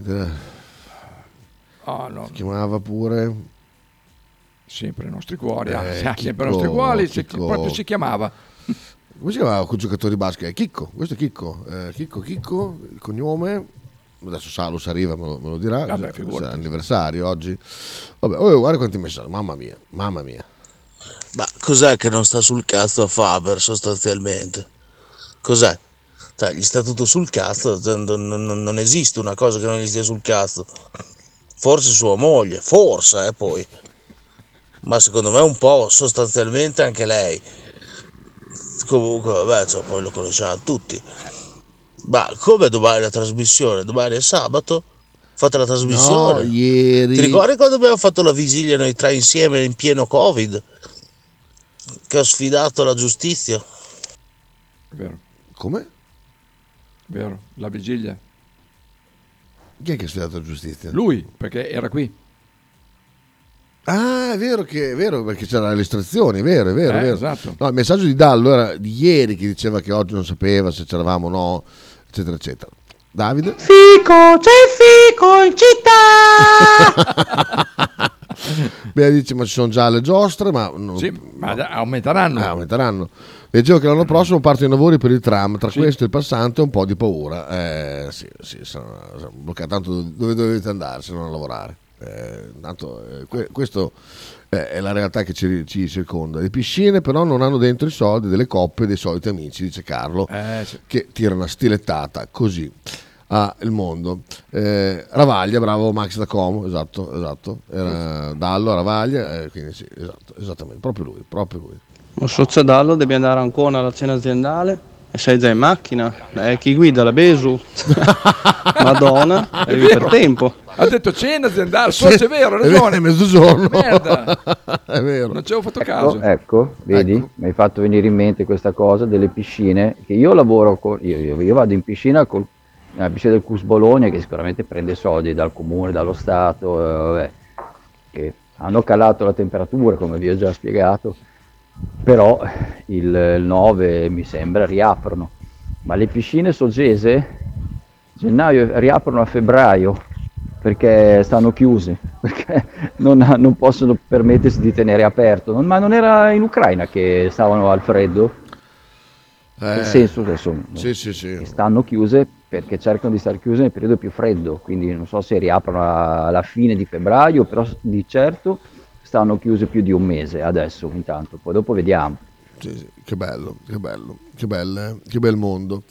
No. Si chiamava pure. Sempre i nostri cuori, sempre i nostri cuori, proprio si chiamava. Come si chiamava quel giocatore di basket? Chicco, questo è Chicco. Chicco, il cognome. Adesso Salus arriva, me lo dirà. Vabbè, è anniversario oggi. Vabbè, guarda quanti messaggi, mamma mia. Ma cos'è che non sta sul cazzo a Faber sostanzialmente? Cos'è? Cioè, gli sta tutto sul cazzo, non esiste una cosa che non gli stia sul cazzo. Forse sua moglie, forse, poi. Ma secondo me un po' sostanzialmente anche lei. Comunque vabbè, poi lo conosciamo tutti. Ma come domani la trasmissione? Domani è sabato, fatto la trasmissione. No, ieri. Ti ricordi quando abbiamo fatto la vigilia noi tre insieme in pieno Covid? Che ho sfidato la giustizia. Vero. Come? Vero, la vigilia. Chi è che ha sfidato la giustizia? Lui, perché era qui. Ah, è vero perché c'erano le istruzioni, è vero. Esatto. No, il messaggio di Dallo era di ieri che diceva che oggi non sapeva se c'eravamo o no, eccetera, eccetera. Davide? Fico, c'è fico in città! Beh, dice, ma ci sono già le giostre, ma... Sì, ma aumenteranno. Aumenteranno. Leggevo che l'anno prossimo partono i lavori per il tram, tra questo e il passante un po' di paura. Sì, sono bloccati, tanto dove dovete andare se non a lavorare? Questo è la realtà che ci circonda. Le piscine però non hanno dentro i soldi delle coppe dei soliti amici, dice Carlo, sì. che tira una stilettata così il mondo. Ravaglia, bravo Max da Como, esatto, era Dallo, Ravaglia, quindi sì, esattamente, proprio lui. Ma Dallo devi andare ancora alla cena aziendale e sei già in macchina. Chi guida la Besu? Madonna, arrivi per tempo. Ha detto cena aziendale, forse è vero, ha ragione. È mezzogiorno. Merda. È vero. Non ci avevo fatto caso. Ecco, vedi? Ecco. Mi hai fatto venire in mente questa cosa delle piscine, che io lavoro io vado in piscina nella piscina del Cus Bologna, che sicuramente prende soldi dal comune, dallo Stato, che hanno calato la temperatura, come vi ho già spiegato, però il 9 mi sembra riaprono. Ma le piscine soggese gennaio riaprono a febbraio, perché stanno chiuse, perché non possono permettersi di tenere aperto. Ma non era in Ucraina che stavano al freddo? Nel senso adesso sì. Stanno chiuse perché cercano di stare chiuse nel periodo più freddo, quindi non so se riaprono alla fine di febbraio, però di certo stanno chiuse più di un mese adesso intanto, poi dopo vediamo. Sì, che bello, che bel mondo.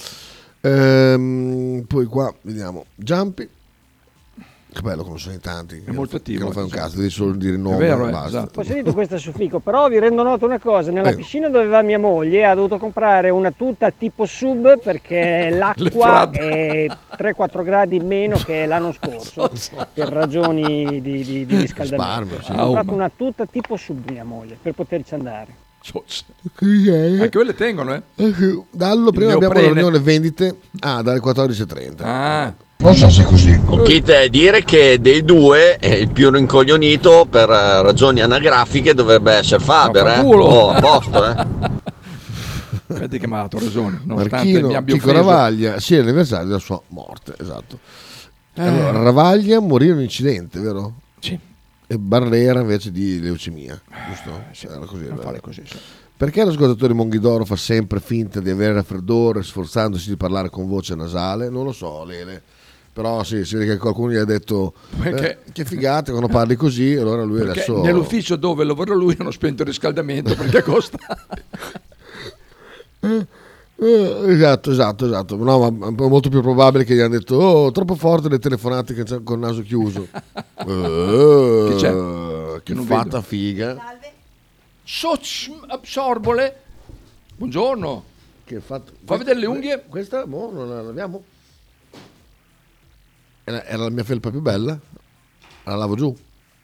Poi qua vediamo Giampi. Che bello come sono in tanti. È molto attivo. Che non fai un cazzo, devi solo dire nome. È vero, basta. esatto. Ho sentito questa su Fico, però vi rendo noto una cosa, nella piscina dove va mia moglie ha dovuto comprare una tuta tipo sub perché l'acqua è 3-4 gradi in meno che l'anno scorso per ragioni di riscaldamento. Ha comprato una tuta tipo sub mia moglie per poterci andare. Anche quelle tengono, Dallo, prima abbiamo la riunione vendite dalle 14:30. Non so se è così. Occhite dire che dei due il più rincoglionito per ragioni anagrafiche dovrebbe essere Faber, a posto, Vedi che mi ha dato ragione, Marchino, mi abbia Chico Ravaglia, sì, è l'anniversario della sua morte, esatto. Allora, Ravaglia morì in un incidente, vero? Sì. E Barrera invece di leucemia, giusto? Sì, era così, così, sì. Perché l'ascoltatore Monghidoro fa sempre finta di avere raffreddore sforzandosi di parlare con voce nasale? Non lo so, Lele. Però sì, si vede che qualcuno gli ha detto che figata quando parli così, allora lui adesso... Nell'ufficio dove lavora lui hanno spento il riscaldamento perché costa. Esatto. No, ma è molto più probabile che gli hanno detto troppo forte le telefonate che c'è con il naso chiuso. Chi c'è? Che fatta figa. Sorbole. Buongiorno. Fa vedere le unghie. Questa non la laviamo? Era la mia felpa più bella? La lavo giù?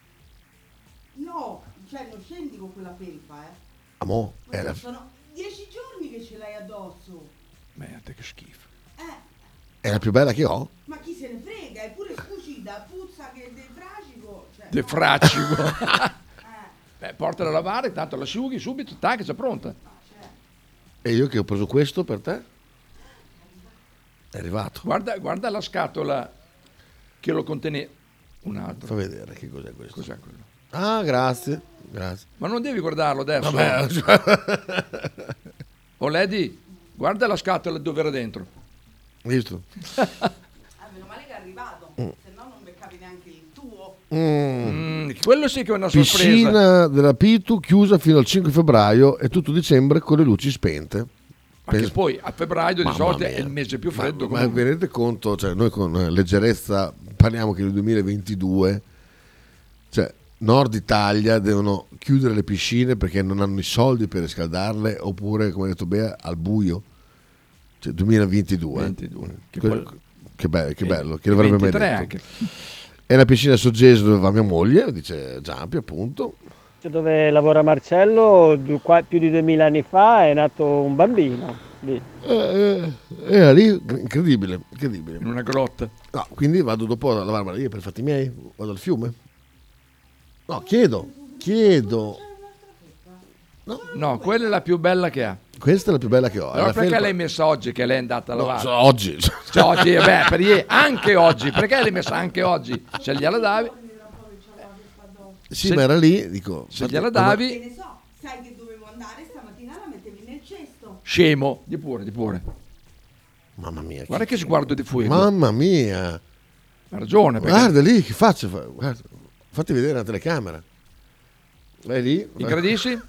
No, cioè non scendi con quella felpa, Amò, sono 10 giorni che ce l'hai addosso. Merda, che schifo. È la più bella che ho? Ma chi se ne frega, è pure scucida, puzza che defracico. Defracico. Beh, portala a lavare, tanto la asciughi subito, tac, è già pronta. E io che ho preso questo per te? È arrivato. Guarda la scatola che lo conteneva. Un altro. Fa vedere che cos'è questo. Cos'è quello? Ah, grazie. Ma non devi guardarlo adesso. Vabbè. Lady, guarda la scatola dove era dentro. Visto? Meno male che è arrivato, se no non beccavi neanche il tuo. Quello sì che è una sorpresa. Piscina della Pitu chiusa fino al 5 febbraio e tutto dicembre con le luci spente. Perché poi a febbraio di solito è il mese più freddo. Ma vi rendete conto? Cioè, noi con leggerezza parliamo che nel 2022, cioè, Nord Italia devono chiudere le piscine perché non hanno i soldi per riscaldarle, oppure, come ha detto Bea, al buio. Cioè 2022. Che bello, chi l'avrebbe mai 23 detto. anche. È la piscina Soggese dove va mia moglie, dice Giampi, appunto. Dove lavora Marcello, più di 2000 anni fa è nato un bambino. Lì. Era lì, incredibile. In una grotta. No, quindi vado dopo a lavarmi lì per i fatti miei, vado al fiume. No, chiedo. No, quella è la più bella che ha. Questa è la più bella che ho. Allora perché l'hai messa oggi che lei è andata a lavare? No, oggi. Cioè, oggi, per ieri, anche oggi. Perché l'hai messa anche oggi? Se gliela davi. Sì, ma era lì, dico. Se gliela davi. Che ne so, sai che dovevo andare stamattina, la mettevi nel cesto. Scemo, di pure. Mamma mia. Guarda che sguardo di fuoco. Mamma mia. Ha ragione. Perché... Guarda lì, che faccio? Guarda, fatti vedere la telecamera. Vai lì. Ingradisci?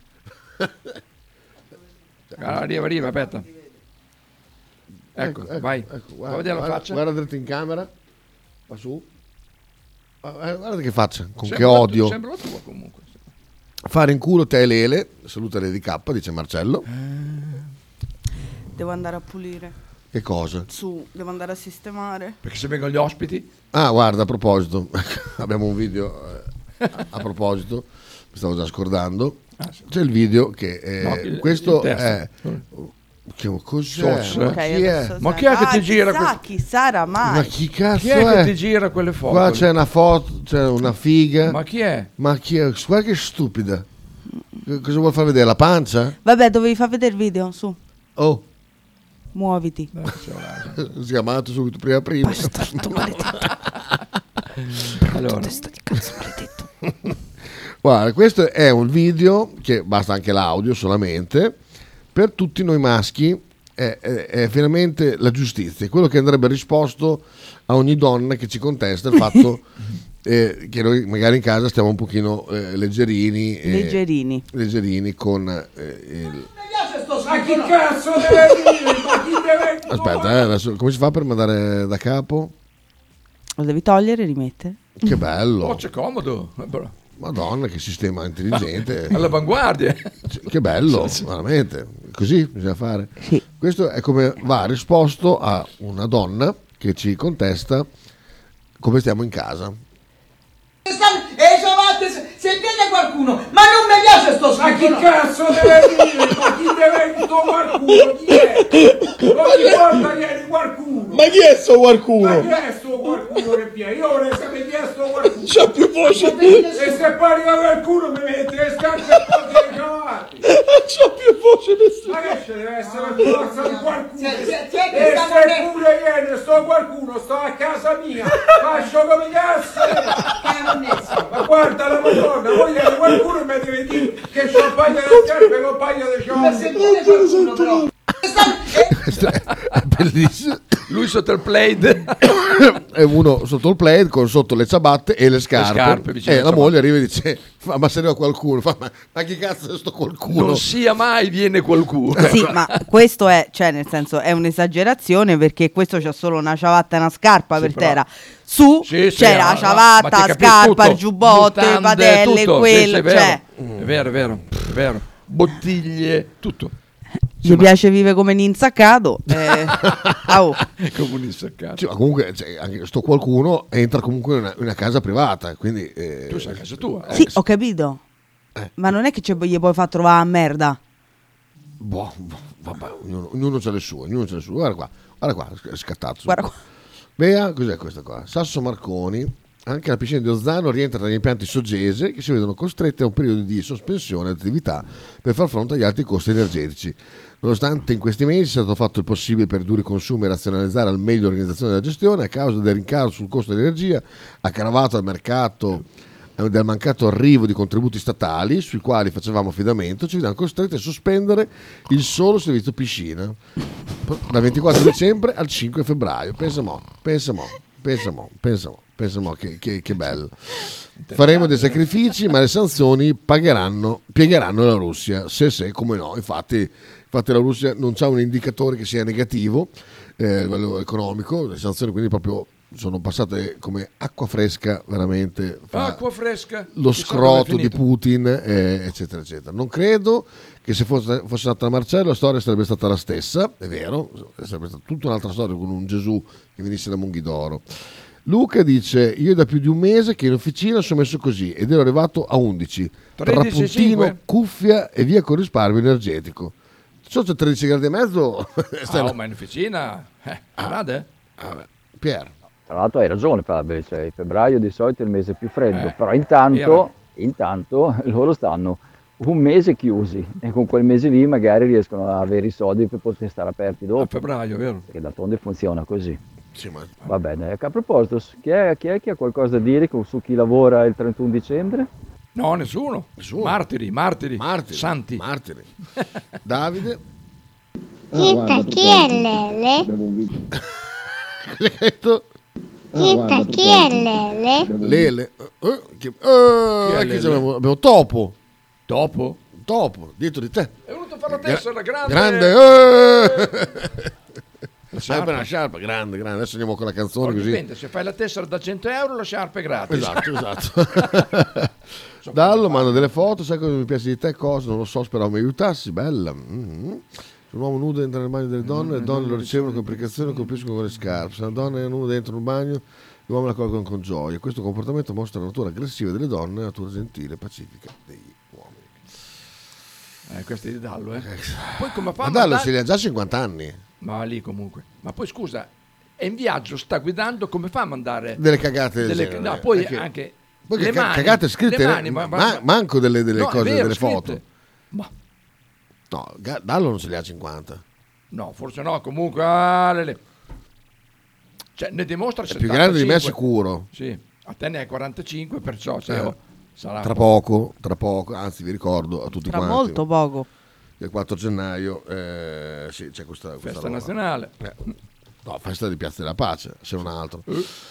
Arriva, aspetta. Ecco, vai. Guarda, vedere la faccia. Guarda dritto in camera. Va su. Guarda che faccia, con Sembra che odio. Sembra la tua comunque. Fare in culo te e Lele. Saluta Lady K, dice Marcello. Devo andare a pulire. Che cosa? Devo andare a sistemare. Perché se vengono gli ospiti? Ah, guarda, a proposito, abbiamo un video a proposito, mi stavo già scordando. Sì. C'è il video che questo è cos'è? Ma chi è che ti gira chi sarà mai? Ma chi cazzo chi è che ti gira quelle foto? Qua c'è una foto, c'è una figa. Ma chi è? Guarda che stupida. Cosa vuol far vedere? La pancia? Vabbè, dovevi far vedere il video, su. Oh. Muoviti. Sgamato subito prima. Bastardo maledetto. Allora. Testa di cazzo maledetto. Guarda, questo è un video che basta anche l'audio solamente. Per tutti noi maschi è finalmente la giustizia, quello che andrebbe risposto a ogni donna che ci contesta il fatto che noi magari in casa stiamo un pochino leggerini con il... Ma chi cazzo deve dire? Ma chi deve... Aspetta, adesso, come si fa per mandare da capo? Lo devi togliere e rimettere. Che bello. Oh, c'è comodo. Madonna, che sistema intelligente. All'avanguardia. Che bello, veramente. Così bisogna fare. Sì. Questo è come va risposto a una donna che ci contesta come stiamo in casa. Se viene qualcuno, ma non mi piace sto schifo. Ma chi cazzo deve dire? Ma chi deve dire qualcuno? Chi è? Ogni volta viene qualcuno. Ma chi è sto qualcuno? Ma chi è sto qualcuno che viene? Io vorrei sapere chi è sto qualcuno. C'ha più voce. E se parla qualcuno mi mette le scarpe e poi le cavati. C'ha più voce nessuno. Ma che ci deve essere la forza di qualcuno? E se pure viene sto qualcuno, sto a casa mia, faccio come cazzo. Ma guarda la Madonna, voglio qualcuno mi deve dire che c'ho un paio di scarpe e un paio di ciondoli. È bellissimo. Lui sotto il plaid e uno sotto il plaid con sotto le ciabatte e le scarpe e la moglie arriva e dice ma se arriva qualcuno ma chi cazzo è sto qualcuno? Non sia mai viene qualcuno. Sì, ma questo è, cioè nel senso è un'esagerazione, perché questo c'ha solo una ciabatta e una scarpa per terra. Su c'era la ciabatta, la scarpa, il giubbotto, le padelle, quello, è vero. Bottiglie, tutto. Mi piace vivere come un insaccato. Come un insaccato. Sì, ma comunque anche sto qualcuno entra comunque in una casa privata, quindi tu sei a casa tua. Sì, ho capito. Ma non è che gli puoi far trovare a merda. Vabbè, ognuno c'ha le sue, Guarda qua, è scattato. Guarda qua. Bea, cos'è questa qua? Sasso Marconi. Anche la piscina di Ozzano rientra tra gli impianti Soggese che si vedono costretti a un periodo di sospensione di attività per far fronte agli alti costi energetici. Nonostante in questi mesi sia stato fatto il possibile per ridurre i consumi e razionalizzare al meglio l'organizzazione della gestione, a causa del rincaro sul costo dell'energia aggravato al mercato del mancato arrivo di contributi statali sui quali facevamo affidamento, ci vediamo costretti a sospendere il solo servizio piscina dal 24 dicembre al 5 febbraio. Pensa mo, che bello. Faremo dei sacrifici, ma le sanzioni piegheranno la Russia. Se, come no. Infatti la Russia non c'ha un indicatore che sia negativo a livello economico, le sanzioni quindi proprio sono passate come acqua fresca, veramente. Acqua fresca. Lo scroto di Putin, eccetera, eccetera. Non credo che se fosse stata Marcello la storia sarebbe stata la stessa, è vero, sarebbe stata tutta un'altra storia con un Gesù che venisse da Monghidoro. Luca dice: io da più di un mese che in officina sono messo così ed ero arrivato a 11, tra puntino, cuffia e via con risparmio energetico. Sotto 13 gradi e mezzo ma in officina grande? Pier, tra l'altro hai ragione Fabio, cioè, febbraio di solito è il mese più freddo, però intanto loro stanno un mese chiusi e con quel mese lì magari riescono a avere i soldi per poter stare aperti dopo. A febbraio, vero? Perché d'altronde funziona così. Sì, ma... Va bene, a proposito, chi è che ha qualcosa da dire su chi lavora il 31 dicembre? No, nessuno. Martiri, santi. Martiri. Davide? Chita, chi è Lele? Chita, chi è Lele? Lele? Abbiamo Topo. Topo? Topo, dietro di te. È venuto a fare la tessera, grande. La sciarpa, grande. Adesso andiamo con la canzone così. Dipende, se fai la tessera da 100 euro la sciarpa è gratis. Esatto. Dallo manda delle foto, sai cosa mi piace di te, cosa? Non lo so, speravo mi aiutassi, bella. Un uomo nudo entra nel bagno delle donne, le donne lo ricevono con precauzione e colpiscono con le scarpe. Se una donna è nuda dentro un bagno, gli uomini la colgono con gioia. Questo comportamento mostra la natura aggressiva delle donne e la natura gentile e pacifica degli uomini. Questo è di Dallo, Poi come fa? Ma Dallo si li ha già 50 anni. Ma lì comunque. Ma poi scusa, è in viaggio, sta guidando, come fa a mandare delle cagate del genere? No, poi anche poi le mani, cagate scritte, manco delle cose, vero, delle scritte. foto. Ma no, Dallo non se li ha 50. No, forse no, comunque cioè ne dimostra 75. È più grande di me sicuro. Sì, a te ne hai 45, perciò sarà tra poco, anzi vi ricordo a tutti quanti. Tra molto poco. Il 4 gennaio sì, c'è questa festa roba. Nazionale. No, festa di Piazza della Pace, se non altro.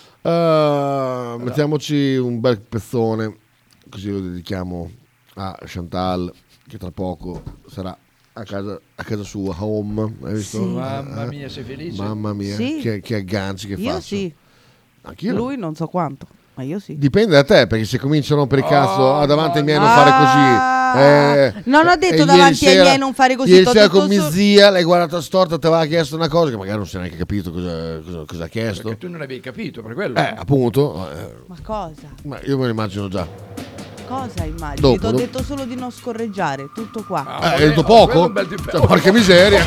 Mettiamoci un bel pezzone, così lo dedichiamo a Chantal, che tra poco sarà a casa sua, home. Hai visto? Sì. Mamma mia, sei felice? Mamma mia, sì. che agganci che io faccio. Sì. Anch'io. Lui non so quanto, ma io sì. Dipende da te, perché se cominci a rompere il cazzo davanti ai miei non fare così. Non ho detto davanti ai miei non fare così. Ieri sera con mia zia l'hai guardata storta, ti aveva chiesto una cosa che magari non si è neanche capito cosa ha chiesto. Perché tu non avevi capito, per quello. Appunto. Ma cosa? Ma io me lo immagino già. Cosa immagini? Ti ho detto solo di non scorreggiare, tutto qua. Hai detto poco? Cioè, porca miseria.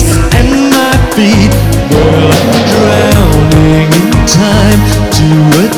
feet. Well, I'm drowning in time to a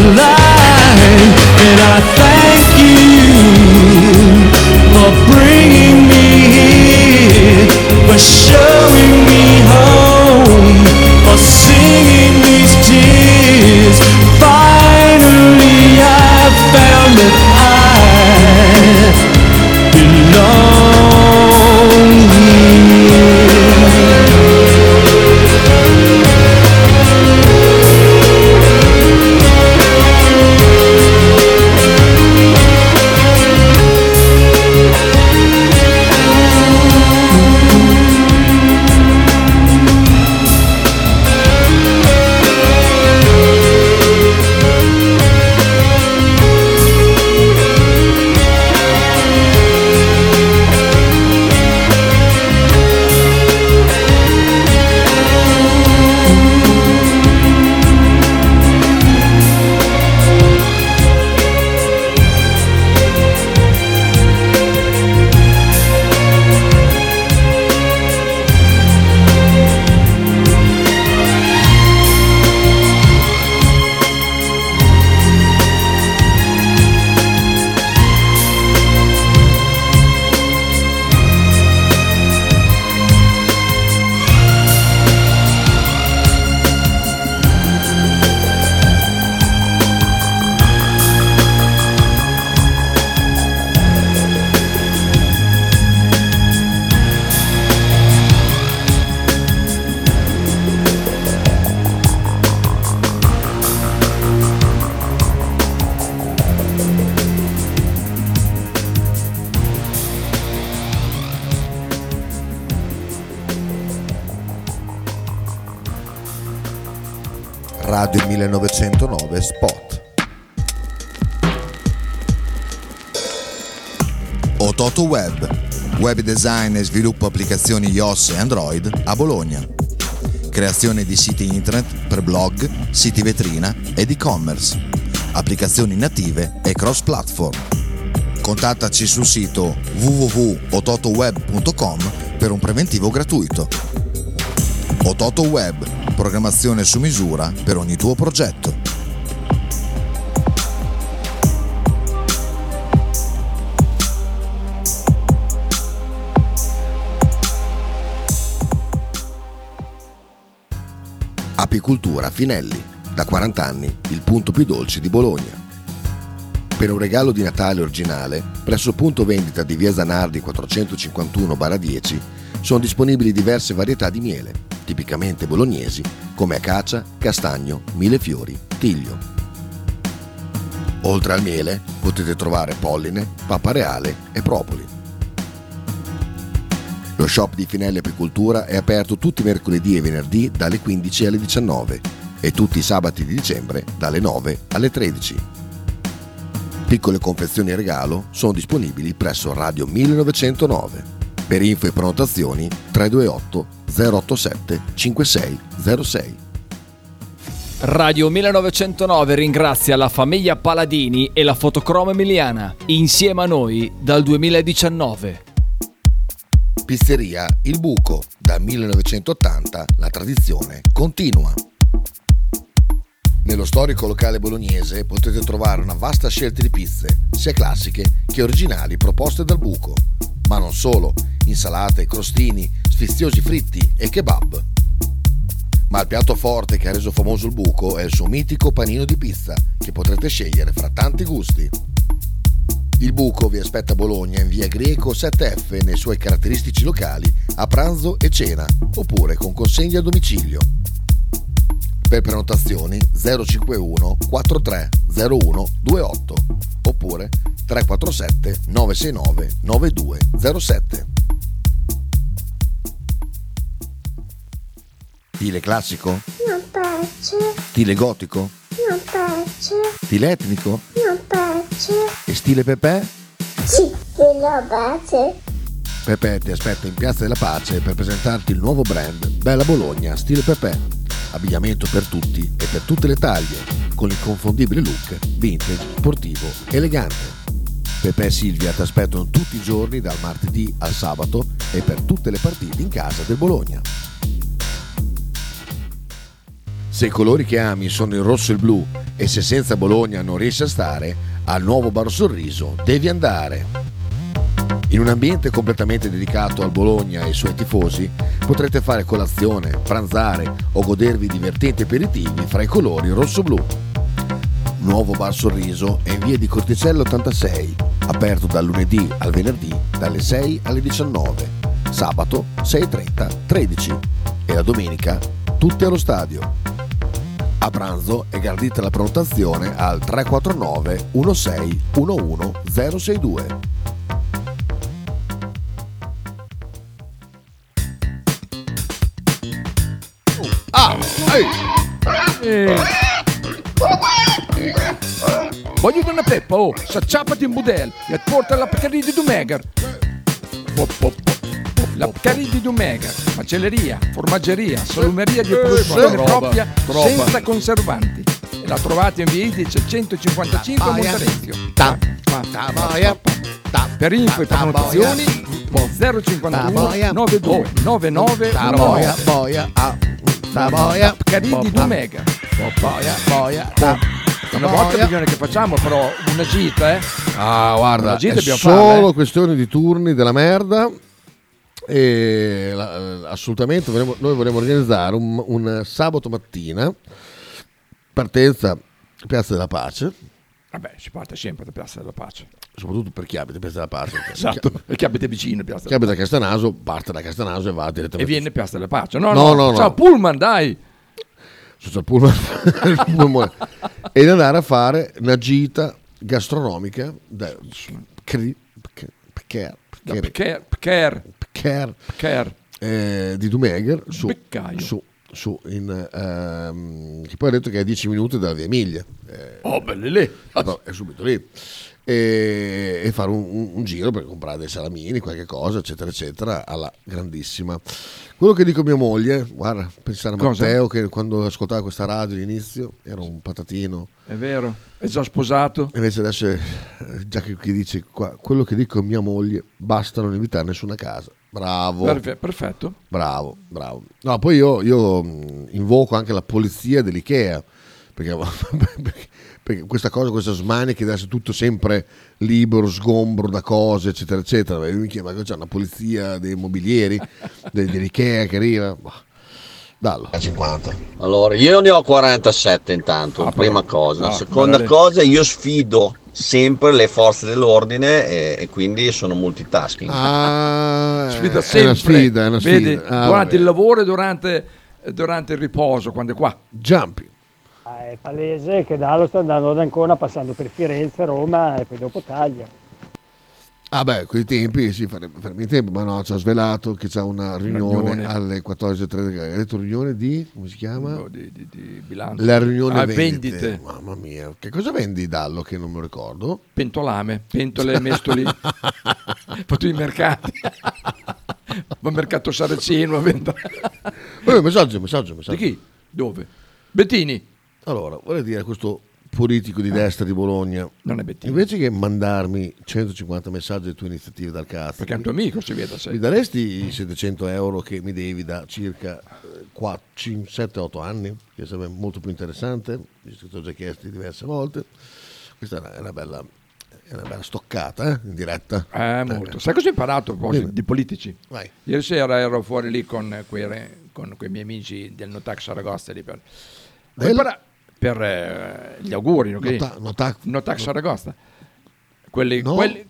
life, and I thank you for bringing me here, for showing me home, for singing these tears. Finally I found that I belong here. Radio 1909 Spot. Ototo Web, web design e sviluppo applicazioni iOS e Android a Bologna. Creazione di siti internet per blog, siti vetrina ed e-commerce, applicazioni native e cross-platform. Contattaci sul sito www.ototoweb.com per un preventivo gratuito. Ototo Web, programmazione su misura per ogni tuo progetto. Apicoltura Finelli, da 40 anni il punto più dolce di Bologna. Per un regalo di Natale originale, presso il punto vendita di via Zanardi 451/10 sono disponibili diverse varietà di miele, tipicamente bolognesi, come acacia, castagno, millefiori, tiglio. Oltre al miele potete trovare polline, pappa reale e propoli. Lo shop di Finelli Apicoltura è aperto tutti i mercoledì e venerdì dalle 15 alle 19 e tutti i sabati di dicembre dalle 9 alle 13. Piccole confezioni e regalo sono disponibili presso Radio 1909. Per info e prenotazioni 328 087 5606. Radio 1909 ringrazia la famiglia Paladini e la Fotocromo Emiliana, insieme a noi dal 2019. Pizzeria Il Buco, dal 1980 la tradizione continua. Nello storico locale bolognese potete trovare una vasta scelta di pizze, sia classiche che originali proposte dal Buco, ma non solo, insalate, crostini, sfiziosi fritti e kebab. Ma il piatto forte che ha reso famoso il Buco è il suo mitico panino di pizza, che potrete scegliere fra tanti gusti. Il Buco vi aspetta a Bologna in via Greco 7F nei suoi caratteristici locali a pranzo e cena, oppure con consegna a domicilio. Per prenotazioni 051 4301 28 oppure 347 969 9207. Stile classico? Non piace. Stile gotico? Non piace. Stile etnico? Non piace. E stile Pepe? Sì, lo piace. Pepe ti aspetta in Piazza della Pace per presentarti il nuovo brand Bella Bologna Stile Pepe. Abbigliamento per tutti e per tutte le taglie, con l'inconfondibile look vintage, sportivo, elegante. Pepe e Silvia ti aspettano tutti i giorni dal martedì al sabato e per tutte le partite in casa del Bologna. Se i colori che ami sono il rosso e il blu e se senza Bologna non riesci a stare, al nuovo Bar Sorriso devi andare. In un ambiente completamente dedicato al Bologna e ai suoi tifosi potrete fare colazione, pranzare o godervi divertenti aperitivi fra i colori rosso-blu. Nuovo Bar Sorriso è in via di Corticello 86, aperto dal lunedì al venerdì dalle 6 alle 19, sabato 6:30, 13 e la domenica tutti allo stadio. A pranzo è gradita la prenotazione al 349 16 11 062. Voglio una peppa, s'acciappati in budel e porta la Pcaridi di Dumegar. La Pcaridi di Dumegar, macelleria, formaggeria, salumeria di produzione propria senza conservanti. E la trovate in via Idice 155 a Monterezio. Per info e prenotazioni 051 92 99 La Pcaridi di Dumegar. Una volta bisogna che facciamo però una gita, guarda, gita è solo questione di turni della merda e assolutamente noi vorremmo organizzare un sabato mattina, partenza Piazza della Pace. Vabbè, si parte sempre da Piazza della Pace. Soprattutto per chi abita Piazza della Pace. Esatto, perché abita vicino a Piazza della Pace. Chi abita a Castanaso, parte da Castanaso e va direttamente. E viene a Piazza della Pace. No. Ciao Pullman, dai! C'è il Pullman. E di andare a fare una gita gastronomica di Dumegar che poi ha detto che è a 10 minuti dalla via Emilia. Belli lì. È subito lì. E fare un giro per comprare dei salamini, qualche cosa, eccetera, eccetera, alla grandissima. Quello che dico a mia moglie, guarda, pensare a Matteo che quando ascoltava questa radio all'inizio era un patatino. È vero, è già sposato. Invece adesso, già che dice qua, quello che dico a mia moglie, basta non invitare nessuno a casa. Bravo. Perfetto. Bravo. No, poi io invoco anche la polizia dell'Ikea, perché questa smania che deve essere tutto sempre libero, sgombro da cose, eccetera, eccetera. Ma c'è una polizia dei mobilieri, dell'Ikea che arriva. Dallo. 50. Allora, io ne ho 47 intanto, prima cosa. Seconda cosa, io sfido sempre le forze dell'ordine e quindi sono multitasking. Sfida sempre. È una sfida. Vedi, durante il lavoro e durante il riposo, quando è qua. Jumping. È palese che Dallo sta andando ad Ancona, passando per Firenze, Roma e poi dopo taglia. Quei tempi sì, farebbe in tempo, ma no, ci ha svelato che c'è una riunione alle 14:30. Hai detto riunione di, come si chiama? No, di bilancio. La riunione vendite. Mamma mia, che cosa vendi Dallo che non mi ricordo? Pentolame, pentole, mestoli, fatto i mercati. Ma mercato saraceno a vendere. Messaggio. Di chi? Dove? Bettini. Allora, vorrei dire a questo politico di destra di Bologna, non è Bettini, invece che mandarmi 150 messaggi di tue iniziative dal cazzo, perché è un tuo amico, si vede, mi daresti i 700 euro che mi devi da circa 7-8 anni, che sarebbe molto più interessante, visto che ti ho già chiesti diverse volte. Questa è una bella stoccata in diretta. Molto. Sai cosa ho imparato di politici? Vai. Ieri sera ero fuori lì con quei miei amici del Notac Saragossa lì per gli auguri, Notac Saragossa. Quelli che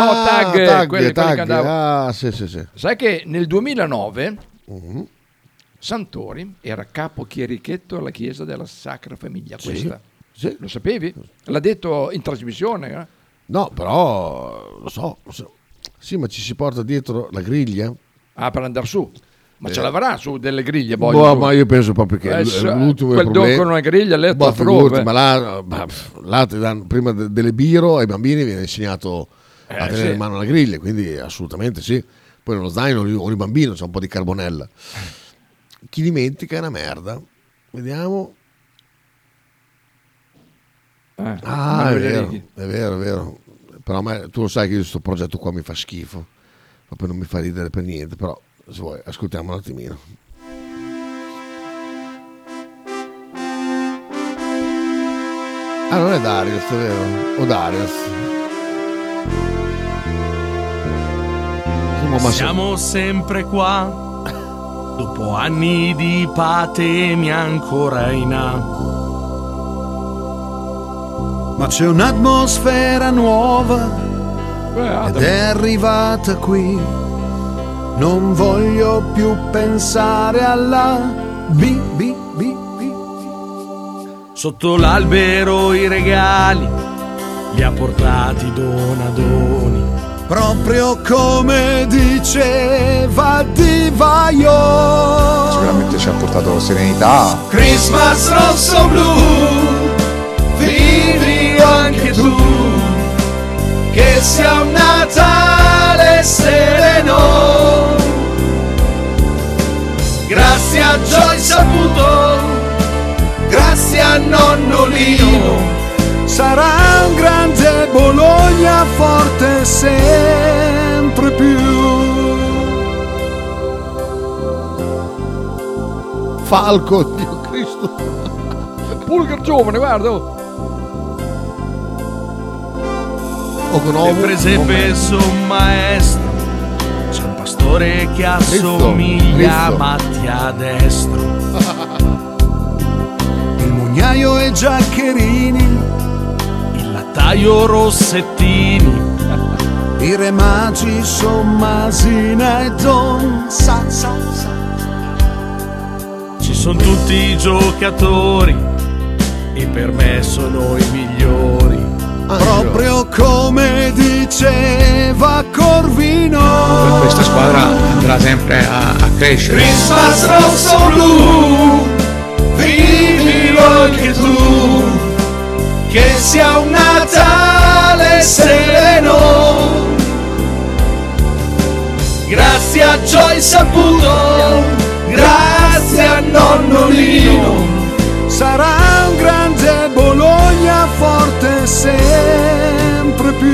andavano. Sì. Sai che nel 2009 Santori era capo chierichetto alla chiesa della Sacra Famiglia, questa. Sì. Lo sapevi? L'ha detto in trasmissione? No, però lo so. Sì, ma ci si porta dietro la griglia? Per andare su. Ma ce l'avrà su delle griglie? Ma io penso proprio che l'ultimo quel problema con una griglia letto ma là ti danno, prima delle biro ai bambini viene insegnato a tenere in mano la griglia, quindi assolutamente sì. Poi nello zaino ogni bambino c'è un po' di carbonella. Chi dimentica è una merda. Vediamo. È vero. Però a me, tu lo sai che questo progetto qua mi fa schifo, proprio non mi fa ridere per niente, però se vuoi ascoltiamo un attimino. Ah, non è Darius, è vero? O Darius? Siamo sempre qua. Dopo anni di patemi ancora in A. Ma c'è un'atmosfera nuova ed è arrivata qui. Non voglio più pensare alla B. Sotto l'albero i regali li ha portati Donadoni. Proprio come diceva Di Vaio. Sicuramente ci ha portato serenità. Christmas rosso blu, vivi anche tu, che sia un Natale sereno. Grazie a Joy Saputo, grazie a Nonnolino. Sarà un grande Bologna forte sempre più. Falco, Dio Cristo. Pulgar giovane, guarda. Le presepe son maestro. C'è un pastore che assomiglia a Mattia Destro. Il mugnaio e Giaccherini, il lattaio Rossettini, i re magi son Masina e Don Sa. Ci sono tutti i giocatori e per me sono i migliori. Proprio come diceva Corvino. Questa squadra andrà sempre a crescere. Christmas rosso blu, vivilo anche tu, che sia un Natale sereno. Grazie a Joy Saputo, grazie a Nonnolino. Sarà un grande Bologna forte sempre più.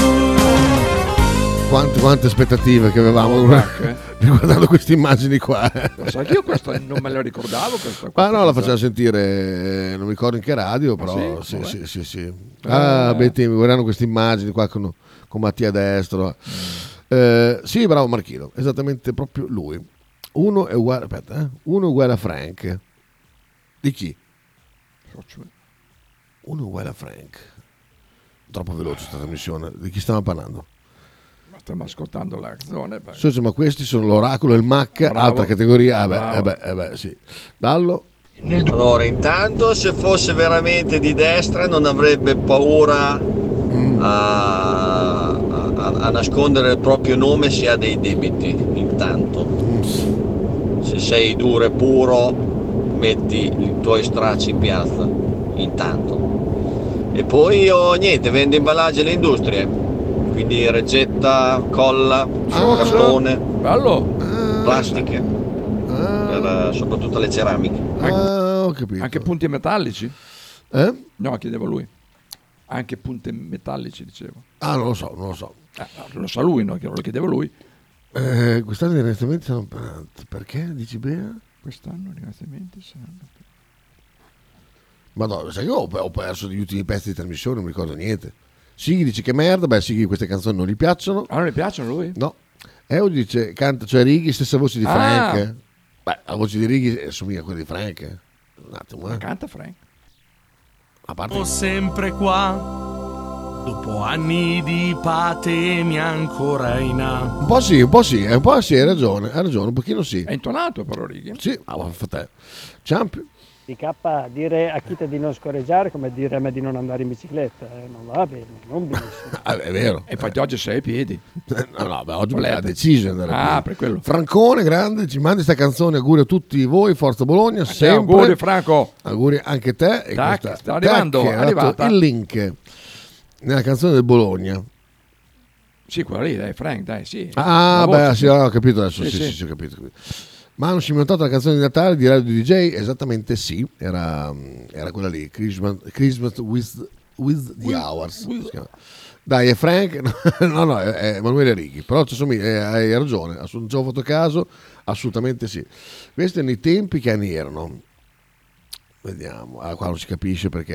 Quante aspettative che avevamo riguardando queste immagini qua. Lo sai che io questo non me la ricordavo. Ma no, la faceva sentire, non mi ricordo in che radio, però sì. Ah, Betty, guardano queste immagini qua con Mattia Destro. Sì, bravo Marchino, esattamente proprio lui. Uno è uguale a Frank. Di chi? Uno uguale a Frank. Troppo veloce questa trasmissione. Di chi stiamo parlando? Ma stiamo ascoltando la canzone. Ma questi sono l'oracolo e il Mac, altra categoria. Sì. Dallo. Allora, intanto se fosse veramente di destra non avrebbe paura a nascondere il proprio nome se ha dei debiti. Intanto, se sei duro e puro, metti i tuoi stracci in piazza, intanto. E poi niente, vende imballaggi alle industrie, quindi reggetta, colla, cartone, plastiche, per soprattutto le ceramiche. Ho capito. Anche punti metallici? No, chiedevo lui. Anche punti metallici, dicevo. Ah, non lo so. Lo sa lui, no? Che lo chiedevo lui. Quest'anno i ringraziamenti sono perché? Dici bene? Quest'anno i ringraziamenti saranno... Madonna, sai che ho perso gli ultimi pezzi di trasmissione, non mi ricordo niente. Sighi dice che merda, Sighi queste canzoni non gli piacciono. Ah, non gli piacciono lui? No. Eudi dice, canta, cioè Righi, stessa voce di Frank. Beh, la voce di Righi assomiglia a quella di Frank. Un attimo, canta Frank. A parte... sempre qua, dopo anni di patemi ancora in A. Un po' sì, hai ragione, un pochino sì. È intonato però Righi? Sì, fa te. Champion. DK, dire a Kita di non scorreggiare come dire a me di non andare in bicicletta, non va bene, non benissimo. È vero. E infatti oggi sei ai piedi. No, oggi ha deciso di andare a piedi. Per quello. Francone, grande, ci mandi sta canzone, auguri a tutti voi, Forza Bologna, sempre. Auguri Franco. Auguri anche te. E sta arrivando, è arrivata. Il link nella canzone del Bologna. Sì, quella lì, dai, Frank, dai, sì. Sì, ho capito adesso, sì, ho capito. Ma hanno cimentato la canzone di Natale di Radio DJ? Esattamente sì, era quella lì, Christmas with the Hours. Dai, è Frank, no, è Emanuele Righi, però hai ragione, non ci ho fatto caso, assolutamente sì. Questi erano i tempi, che anni erano? Vediamo, qua non si capisce perché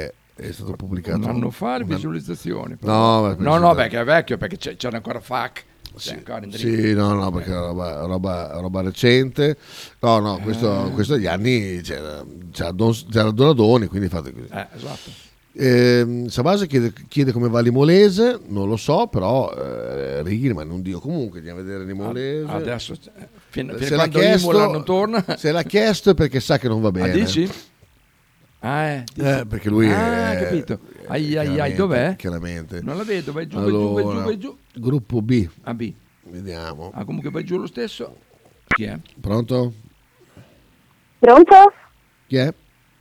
è stato pubblicato un anno fa le visualizzazioni. No, perché è vecchio, perché c'era ancora FAC. Sì, no, perché è roba recente. No, questo gli anni c'era Donadoni, quindi fate così. Esatto. Savase chiede come va Limolese, non lo so, però Righi, ma non Dio. Comunque andiamo a vedere Limolese. Adesso fino se quando chiesto, Imola non torna. Se l'ha chiesto è perché sa che non va bene. Dici? Perché lui è capito. Ai, dov'è? Chiaramente. Non la vedo, vai giù. Gruppo B. B. Vediamo. Comunque vai giù lo stesso. Chi è? Pronto? Pronto? Chi è?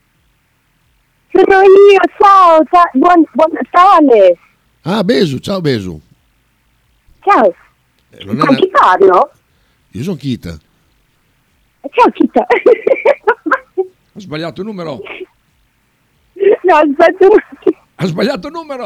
Sono io, ciao, buon Natale. Besu, ciao Besu. Ciao. Con chi parlo? Io sono Kita. Ciao Kita. Ho sbagliato il numero. No, aspetta un attimo. Ha sbagliato il numero.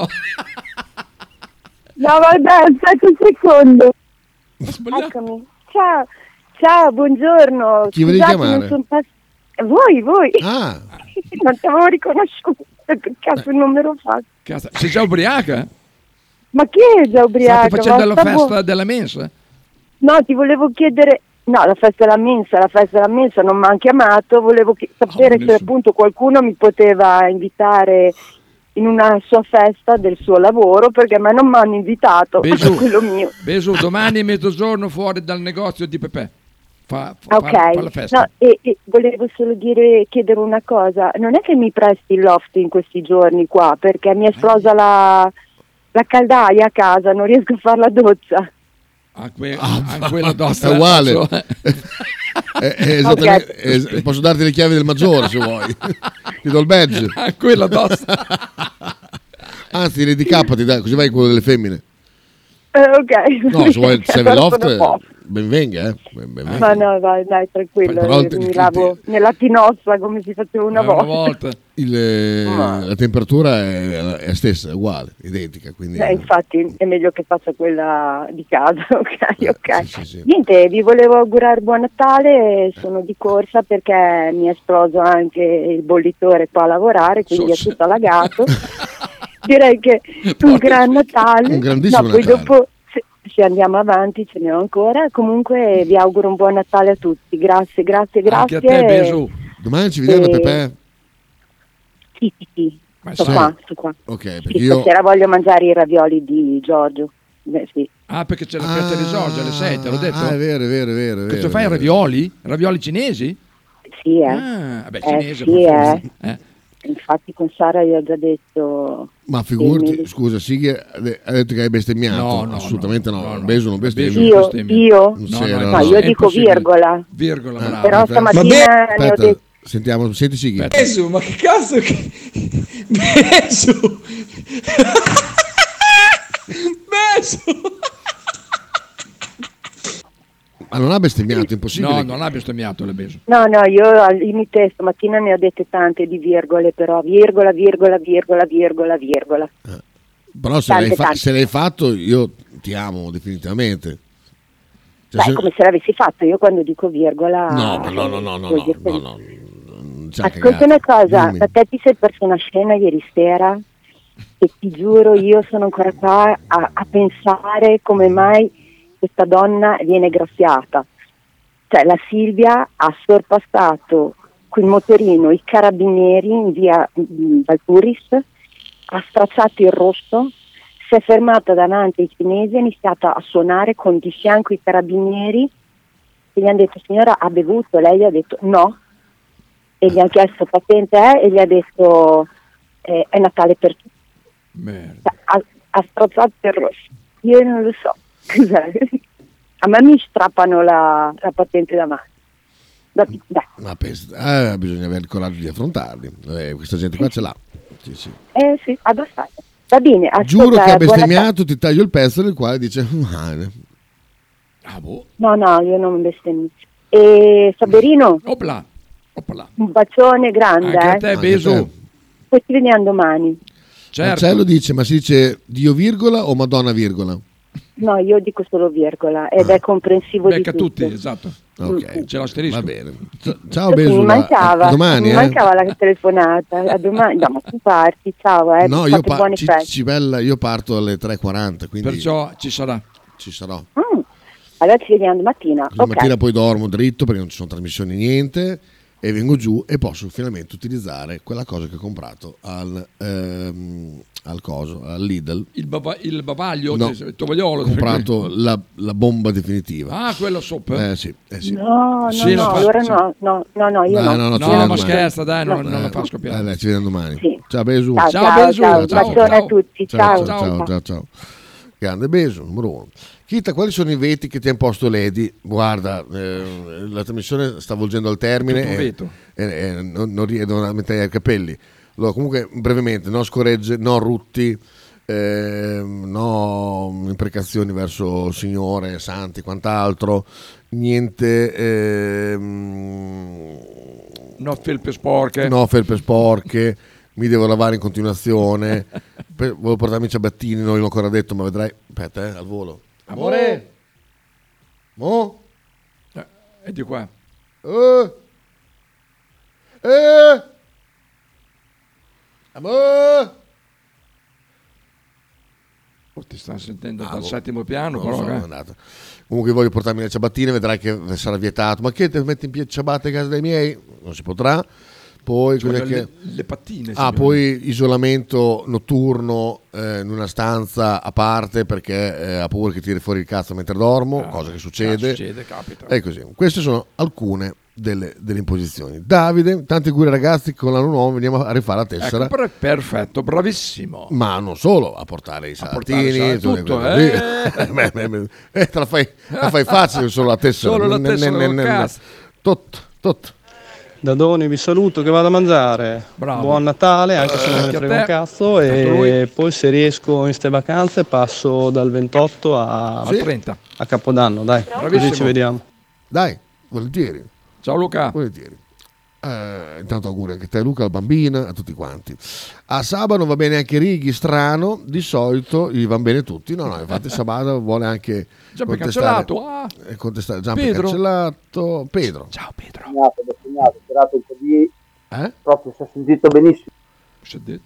No, vabbè, aspetta un secondo. Eccomi. Ciao, buongiorno. Chi volevi chiamare? Voi. Ah. Non ti avevo riconosciuto. Che cazzo il numero fatto? Sei già ubriaca? Ma chi è già ubriaca? State facendo la festa della mensa? No, ti volevo chiedere. No, la festa della mensa non mi ha chiamato, volevo sapere se appunto qualcuno mi poteva invitare in una sua festa del suo lavoro, perché a me non mi hanno invitato, quello mio. Besu, domani mezzogiorno fuori dal negozio di Pepe. Fa la festa. No, e volevo solo chiedere una cosa, non è che mi presti il loft in questi giorni qua, perché mi è esplosa la caldaia a casa, non riesco a fare la doccia. Quella è uguale. Esattamente, posso darti le chiavi del maggiore se vuoi. Ti do il badge. Quella addosso. Anzi, ridicappati, dai, così vai in quello delle femmine. Ok. No, se vuoi il 7 loft, ben venga. Ma no, dai, tranquillo. Però mi lavo nella tinossa come si faceva una volta. La temperatura è la stessa, è uguale, identica. Quindi, infatti è meglio che faccia quella di casa. Ok. Sì. Niente, vi volevo augurare buon Natale. Sono di corsa perché mi è esploso anche il bollitore qua a lavorare, quindi è tutto allagato. Direi che un gran Natale. Un grandissimo Poi Natale. dopo, se andiamo avanti, ce ne ho ancora. Comunque vi auguro un buon Natale a tutti. Grazie. Anche a te, Besu. Domani ci vediamo da Pepe? Sì. Sto qua. Ok, perché io stasera voglio mangiare i ravioli di Giorgio. Sì. Perché c'è la festa di Giorgio alle 6, te l'ho detto? È vero. Cosa fai, ravioli? Ravioli cinesi? Sì, cinese. Sì, Infatti con Sara gli ho già detto. Ma figurati, scusa, Sighi ha detto che hai bestemmiato. No, assolutamente no. Besu non bestemmia. Io? No, io dico virgola. Bravo. Però stamattina ne ho detto. Sentiamo, senti Sighi. Besu, ma che cazzo che... Besu! Ma non ha bestemmiato, impossibile. No, non ha bestemmiato le Besu. No, io al limite stamattina ne ho dette tante di virgole, però virgola. Però se l'hai fatto io ti amo definitivamente. Come se l'avessi fatto, io quando dico virgola... No. Ascolta una cosa, a te ti sei perso una scena ieri sera e ti giuro io sono ancora qua a pensare come mai questa donna viene graffiata. Cioè la Silvia ha sorpassato quel motorino, i carabinieri in via Valturis, ha stracciato il rosso, si è fermata davanti ai cinesi, ha iniziato a suonare con di fianco i carabinieri e gli hanno detto: signora, ha bevuto? Lei gli ha detto no, e gli hanno chiesto patente e gli ha detto è Natale per tutti. Ha stracciato il rosso. Io non lo so. A me mi strappano la patente da mano. Ma bisogna avere il coraggio di affrontarli. Questa gente qua ce l'ha. Sì. Sì, abbastanza. Va bene. Giuro che ha bestemmiato, ti taglio il pezzo nel quale dice No, io non bestemmio. E Saberino, Opla. un bacione grande. Anche a te, Besu. Poi ci vediamo domani. Certo. Marcello dice, ma si dice Dio virgola o Madonna virgola? No, io dico solo virgola ed è comprensivo di tutti. Esatto. Ok, c'è l'asterisco. Va bene. Ciao Besula. Mi mancava, A domani, mi mancava la telefonata. A domani. No, ma tu parti, ciao. No, io parto alle 3:40, quindi perciò ci sarò. Allora ci vediamo domattina. Domattina poi dormo dritto perché non ci sono trasmissioni, niente, e vengo giù e posso finalmente utilizzare quella cosa che ho comprato al Lidl. Il bavaglio, No, il tovagliolo. ho comprato la bomba definitiva. Ah, quello sopra. Sì. No, allora no, io no. No, ma scherza, dai, non la fa scoppiare. Ci vediamo domani. Sì. Ciao Besu. Ciao, un bacione a tutti. Ciao. Grande Besu, numero 1. Chita, quali sono i veti che ti ha imposto Lady? Guarda, la trasmissione sta volgendo al termine e non riesco a mettere i capelli. Allora, comunque, brevemente, no scoregge, no rutti, no imprecazioni verso Signore, santi, quant'altro, niente. No felpe sporche. Mi devo lavare in continuazione. Volevo portarmi i ciabattini, non l'ho ancora detto, ma vedrai. Aspetta, al volo. Amore? Mo? È di qua. Amore? Ti stanno sentendo dal settimo piano, non però. Sono andato. Comunque voglio portarmi le ciabattine, vedrai che sarà vietato. Ma che ti metti in piedi ciabatte a casa dei miei? Non si potrà. Poi le pattine. Poi isolamento notturno in una stanza a parte perché ha paura che tiri fuori il cazzo mentre dormo, cosa che succede. Capita. E così. Queste sono alcune delle imposizioni. Davide, tanti auguri ragazzi, con l'anno nuovo veniamo a rifare la tessera. Ecco, perfetto, bravissimo. Ma non solo, a portare i salatini, tutto, te la fai facile solo la tessera. Solo la tessera. Tutto. Da Doni vi saluto che vado a mangiare. Bravo. Buon Natale, anche se non me ne frega un cazzo. E poi se riesco in ste vacanze passo dal 28 al 30 a Capodanno, dai. Così ci vediamo. Dai, volentieri. Ciao Luca. Volentieri. Intanto auguri anche a te Luca, alla bambina, a tutti quanti. A Sabano va bene anche Righi, strano, di solito gli van bene tutti. No, infatti Sabano vuole anche Giampi cancellato. Contestare Giampi cancellato. Pedro. Ciao Pedro. Segnato, tirato un po' di... Proprio si è sentito benissimo. Segnato,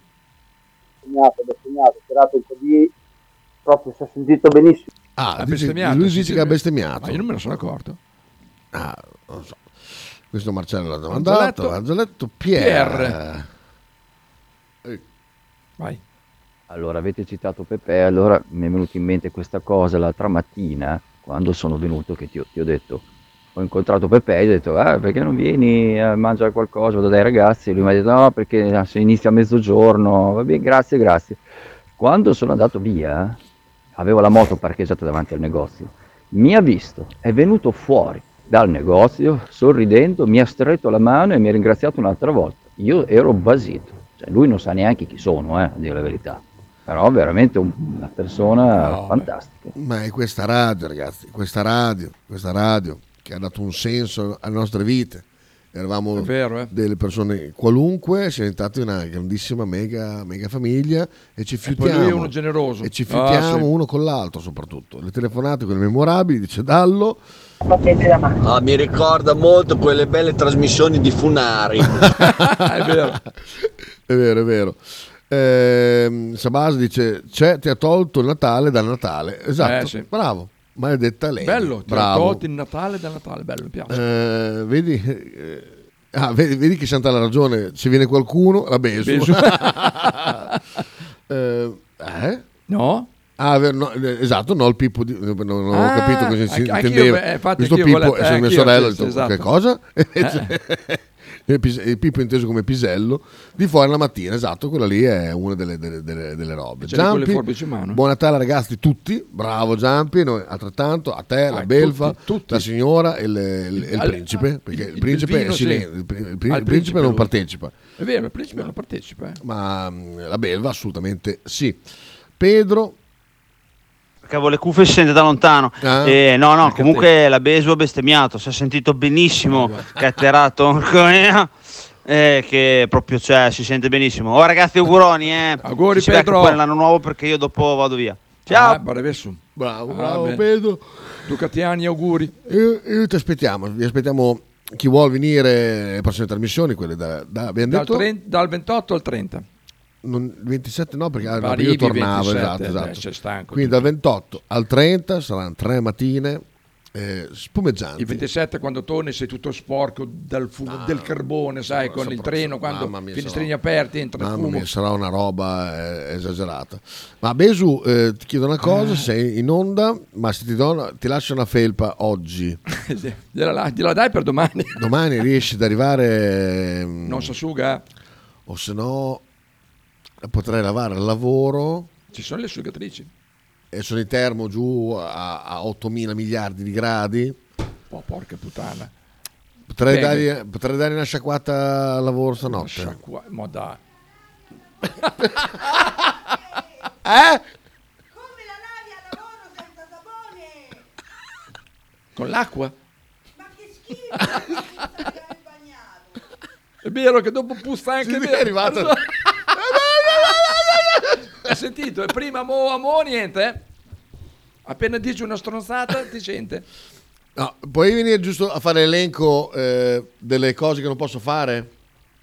tirato un po' di... Proprio si è sentito benissimo. Lui dice che ha bestemmiato. Ma io non me ne sono accorto. Non so. Questo Marcello l'ha domandato. Angeletto Pierre. Vai. Allora, avete citato Pepe, allora mi è venuta in mente questa cosa l'altra mattina, quando sono venuto, che ti ho detto, ho incontrato Pepe e gli ho detto, perché non vieni a mangiare qualcosa, vado dai ragazzi, e lui mi ha detto, no, perché se inizia a mezzogiorno, va bene, grazie. Quando sono andato via, avevo la moto parcheggiata davanti al negozio, mi ha visto, è venuto fuori dal negozio, sorridendo, mi ha stretto la mano e mi ha ringraziato un'altra volta. Io ero basito, cioè, lui non sa neanche chi sono, a dire la verità, però veramente una persona fantastica. Ma è questa radio, ragazzi, questa radio che ha dato un senso alle nostre vite. Eravamo delle persone qualunque, siamo diventati una grandissima mega famiglia e ci fiutiamo. E poi lui è uno generoso. E ci fiutiamo uno con l'altro soprattutto. Le telefonate, quelle memorabili, dice Dallo. Mi ricorda molto quelle belle trasmissioni di Funari. È vero. Sabas dice ti ha tolto il Natale dal Natale. Esatto, sì. Bravo. Maledetta lei. Bello, ti ha tolto il Natale dal Natale, bello, mi piace. Vedi che Santa ha ragione, se viene qualcuno la Besu. No? No, esatto, no, il Pippo non ho capito cosa si intendeva. Questo Pippo è mia sorella, esatto. Che cosa? Il Pippo inteso come pisello di fuori la mattina, esatto, quella lì è una delle robe. Giampi, buon Natale ragazzi tutti, bravo Giampi, noi altrettanto, a te, la belfa, tutti. La signora e il principe, perché il principe è silenzio, il principe non partecipa. È vero, il principe non partecipa. Ma la belva assolutamente sì. Pedro. Avevo le cuffie e si sente da lontano. Comunque la Besu ha bestemmiato, si è sentito benissimo che ha tirato che proprio si sente benissimo. Ragazzi, auguroni, auguri si Pedro, poi l'anno nuovo perché io dopo vado via. Ciao. Bravo Bravo Pedro. Ducatiani, auguri. Io ti aspettiamo, vi aspettiamo chi vuol venire alle prossime trasmissioni, quelle abbiamo detto dal 28 al 30. 27 no, perché Arrivi, io tornavo, 27, esatto. sei stanco. Quindi dal 28 al 30 saranno 3 mattine spumeggianti. Il 27 quando torni sei tutto sporco dal fumo, del carbone, sai, con il treno, quando finestrini aperti entra il fumo. Mamma mia, sarà una roba esagerata. Ma Besu, ti chiedo una cosa, sei in onda, ma se ti lascio una felpa oggi, gliela dai per domani? Domani riesci ad arrivare? Non si asciuga? O se no potrei lavare al lavoro. Ci sono le asciugatrici. E sono in termo giù a 8.000 miliardi di gradi. Oh, porca puttana. Potrei dare una sciacquata al lavoro stanotte. Ma dai. Come la lavi al lavoro senza sapone? Con l'acqua? Ma che schifo! È vero che dopo puzza anche è arrivato. Hai sentito? E prima mo niente. Appena dici una stronzata ti sente. No, puoi venire giusto a fare l'elenco delle cose che non posso fare?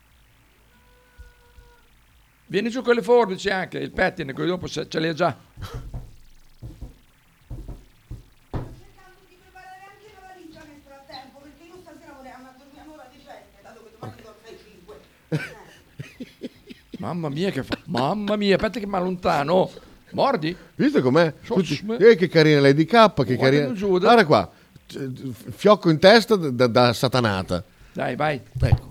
Vieni giù con le forbici anche, il pettine, che dopo ce l'hai già. Mamma mia che fa. Mamma mia, aspetta che mi allontano. Mordi? Visto com'è? Che carina l'EDK, che carina. Guarda qua. Fiocco in testa da satanata. Dai, vai. Ecco.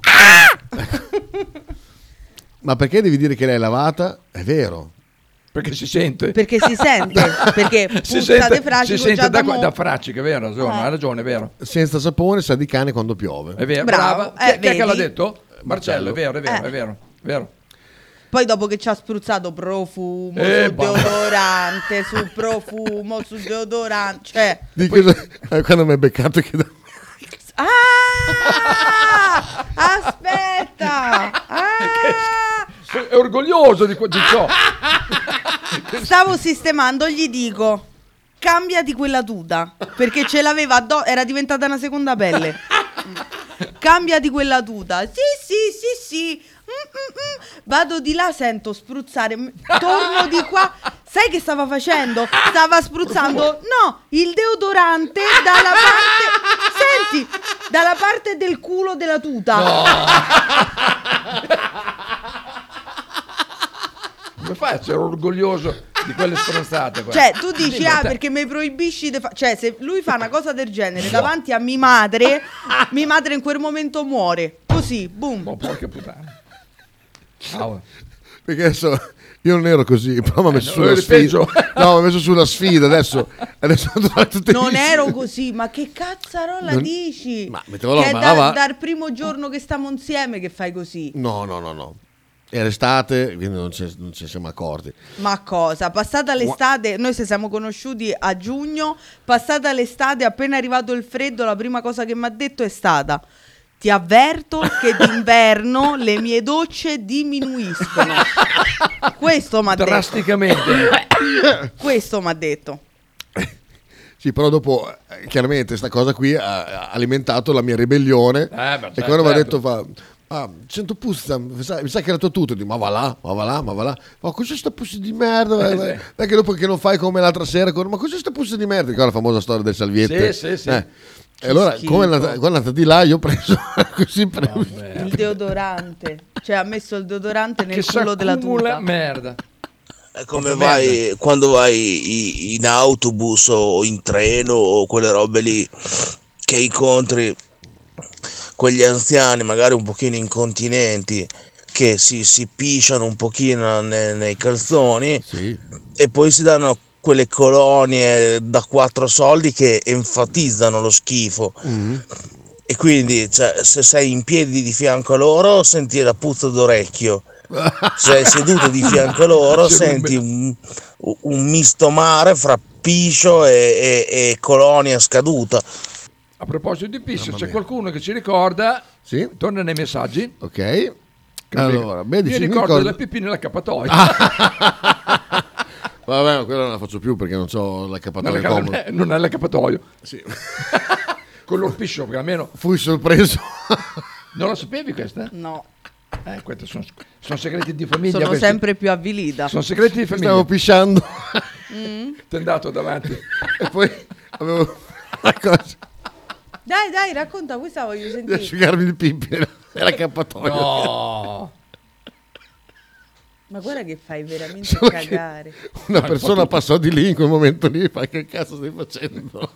Ma perché devi dire che l'hai lavata? È vero. Perché si sente. Perché si sente. Perché puzza di frascico. Si sente da frascico, è vero, ha ragione, è vero. Senza sapone sa di cane quando piove. È vero, brava. Chi è che l'ha detto? Marcello, è vero. Poi dopo che ci ha spruzzato profumo su deodorante, su profumo, su deodorante, cioè... Quando mi hai beccato che... Aspetta! È orgoglioso di ciò. Stavo sistemando, gli dico, cambiati quella tuta, perché ce l'aveva era diventata una seconda pelle. Cambiati quella tuta. Sì. Vado di là, sento spruzzare, torno di qua. Sai che stava facendo? Stava spruzzando, il deodorante dalla parte, senti, dalla parte del culo della tuta. No. Come fai a essere orgoglioso di quelle stronzate? Cioè, tu dici, perché mi proibisci di cioè, se lui fa una cosa del genere davanti a mia madre in quel momento muore. Così, boom. Oh, porca puttana. Perché adesso io non ero così, però mi ha messo sulla sfida. No, mi ha messo sulla sfida adesso non ero così, ma che cazzarola dici? Ma mettevo che è dal primo giorno che stiamo insieme che fai così. No. Era estate, quindi non ci siamo accorti. Ma cosa? Passata l'estate, noi ci siamo conosciuti a giugno, passata l'estate, appena arrivato il freddo, la prima cosa che mi ha detto è stata: ti avverto che d'inverno le mie docce diminuiscono. Questo mi ha detto. Drasticamente. Questo mi ha detto. Sì, però dopo chiaramente sta cosa qui ha alimentato la mia ribellione. E quando mi ha detto sento puzza, mi sa che era tutto. Dico, ma va là. Ma cos'è sta puzza di merda? Perché dopo che non fai come l'altra sera, ma cos'è sta puzza di merda? Ricordo la famosa storia del salviette. Sì. E allora, quando è andata di là, io ho preso così il deodorante. Cioè, ha messo il deodorante nel culo della tuta. Merda. Come vai quando vai in autobus o in treno o quelle robe lì, che incontri quegli anziani magari un pochino incontinenti che si pisciano un pochino nei calzoni, e poi si danno quelle colonie da 4 soldi che enfatizzano lo schifo. E quindi se sei in piedi di fianco a loro senti la puzza d'orecchio, se sei seduto di fianco a loro senti un misto mare fra piscio e colonia scaduta. A proposito di piscio, c'è qualcuno che ci ricorda, torna nei messaggi. Ok. Allora, mi ricordo la pipì nell'accappatoio. Vabbè, quella non la faccio più perché non ho l'accappatoio comodo. Non hai l'accappatoio. Sì. Con lo spiscio, perché almeno... Fui sorpreso. Non la sapevi questa? No. Questi sono segreti di famiglia. Sono questi. sempre più avvilita. Sono segreti di famiglia. Stavo pisciando. Ti è andato davanti. E poi avevo una cosa. Dai, racconta, questa voglio Di sentire. asciugarmi il pipì. Era l'accappatoio. No. Ma guarda che fai veramente Solo cagare. Una persona passò di lì in quel momento lì. Fa che cazzo stai facendo?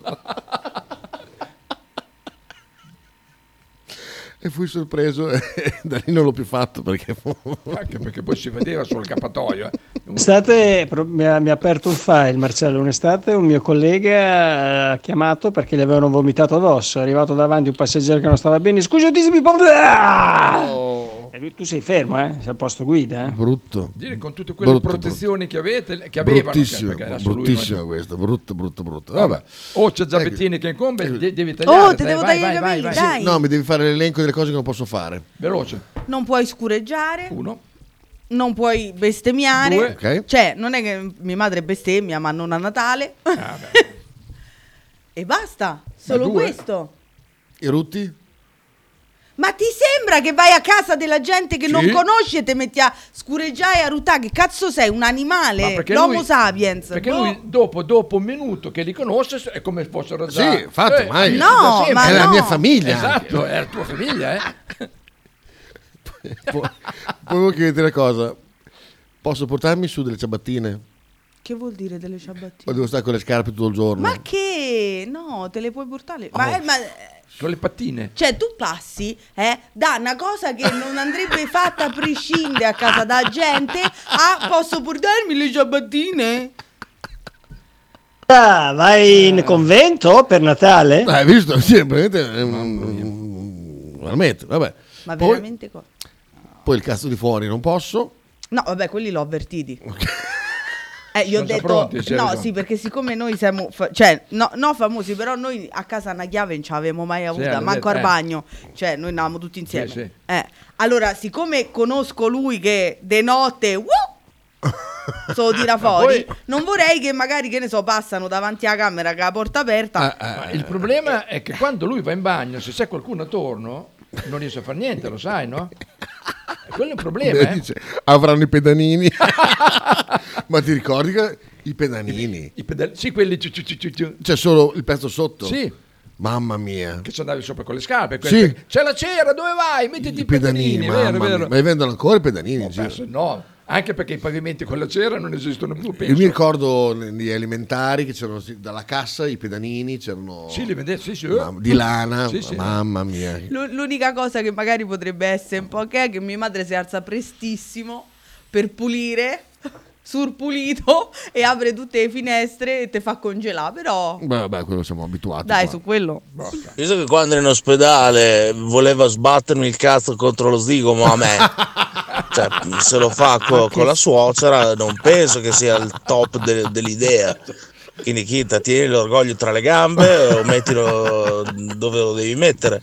E fui sorpreso e da lì non l'ho più fatto perché anche perché poi si vedeva sul cappatoio. Un'estate mi ha aperto un file, Marcello. Un'estate un mio collega ha chiamato perché gli avevano vomitato addosso. È arrivato davanti un passeggero che non stava bene. Scusatissimi, e lui, tu sei fermo, sei al posto guida. Brutto. Dire con tutte quelle protezioni che avevano, che avevano. Bruttissimo, Perché adesso bruttissimo lui questo, brutto. Vabbè. C'è Zabettini che incombe, devi tagliare. Te devo tagliare i capelli, dai. Sì, no, mi devi fare l'elenco delle cose che non posso fare. Veloce. Non puoi scureggiare. 1. Non puoi bestemmiare. 2. Okay. Cioè, non è che mia madre bestemmia, ma non a Natale. E basta, solo 2. questo. I rutti? Ma ti sembra che vai a casa della gente che non conosci e ti metti a scureggiare e a ruttare? Che cazzo sei? Un animale? L'Homo sapiens? Perché lui dopo un minuto che li conosce è come se fossero già... Sì, infatti, mai. No, ma è la mia famiglia. Esatto, è la tua famiglia, Poi volevo chiederti una cosa. Posso portarmi su delle ciabattine? Che vuol dire delle ciabattine? O devo stare con le scarpe tutto il giorno? Ma che? No, te le puoi portare. Ma con le pattine. cioè, tu passi da una cosa che non andrebbe fatta a prescindere a casa da gente a posso portarmi le ciabattine? Vai in convento per Natale? Hai visto? Sì, veramente. Vabbè. Ma veramente cosa? Poi il cazzo di fuori non posso. No, vabbè, quelli l'ho avvertiti. Gli ho Sono già detto pronti, no, sì, perché siccome noi siamo no famosi, però noi a casa una chiave non ce l'avevamo mai avuta, manco al bagno, cioè noi andavamo tutti insieme. Sì. Allora, siccome conosco lui che de notte so tira fuori, non vorrei che magari, che ne so, passano davanti alla camera che ha la porta aperta. Il problema è che quando lui va in bagno, se c'è qualcuno attorno, non riesce a fare niente, lo sai, no? Quello è il problema, Dice, avranno i pedanini. Ma ti ricordi che i pedanini? Sì, quelli C'è solo il pezzo sotto? Sì. Mamma mia. Che ci andavi sopra con le scarpe. Sì. C'è la cera, dove vai? Mettiti i pedalini, vero. Ma li vendono ancora i pedalini? No, anche perché i pavimenti con la cera non esistono più, penso. Io mi ricordo negli elementari che c'erano dalla cassa i pedanini, c'erano li vedevi, sì. Di lana, Sì. mamma mia. L'unica cosa che magari potrebbe essere un po' che è che mia madre si alza prestissimo per pulire, surpulito, e apre tutte le finestre e te fa congelare, però Beh, quello siamo abituati. dai, qua. su quello. Visto che quando ero in ospedale voleva sbattermi il cazzo contro lo zigomo a me, cioè se lo fa con la suocera non penso che sia il top dell'idea. Quindi Kita, tieni l'orgoglio tra le gambe o mettilo dove lo devi mettere.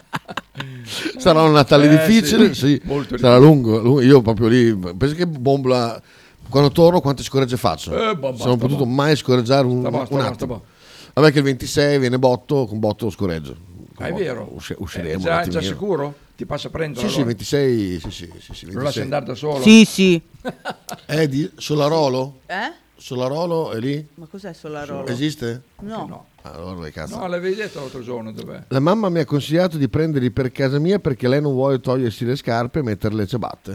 Sarà un Natale difficile, sì. Molto Sarà lungo. Io proprio lì penso che bombola. Quando torno quante scoregge faccio? Se non ho potuto mai scorreggiare un attimo. Vabbè che il 26 viene botto, con botto lo scoreggio. È vero. Usciremo Già sicuro? Ti passa a prendere? Sì, 26. Sì, 26. Lo lasci andare da solo? Sì. È di Solarolo? Eh? Solarolo è lì? Ma cos'è Solarolo? Esiste? No. Allora dai cazzo. No, l'avevi detto l'altro giorno, dov'è? La mamma mi ha consigliato di prenderli per casa mia perché lei non vuole togliersi le scarpe e mettere le ciabatte.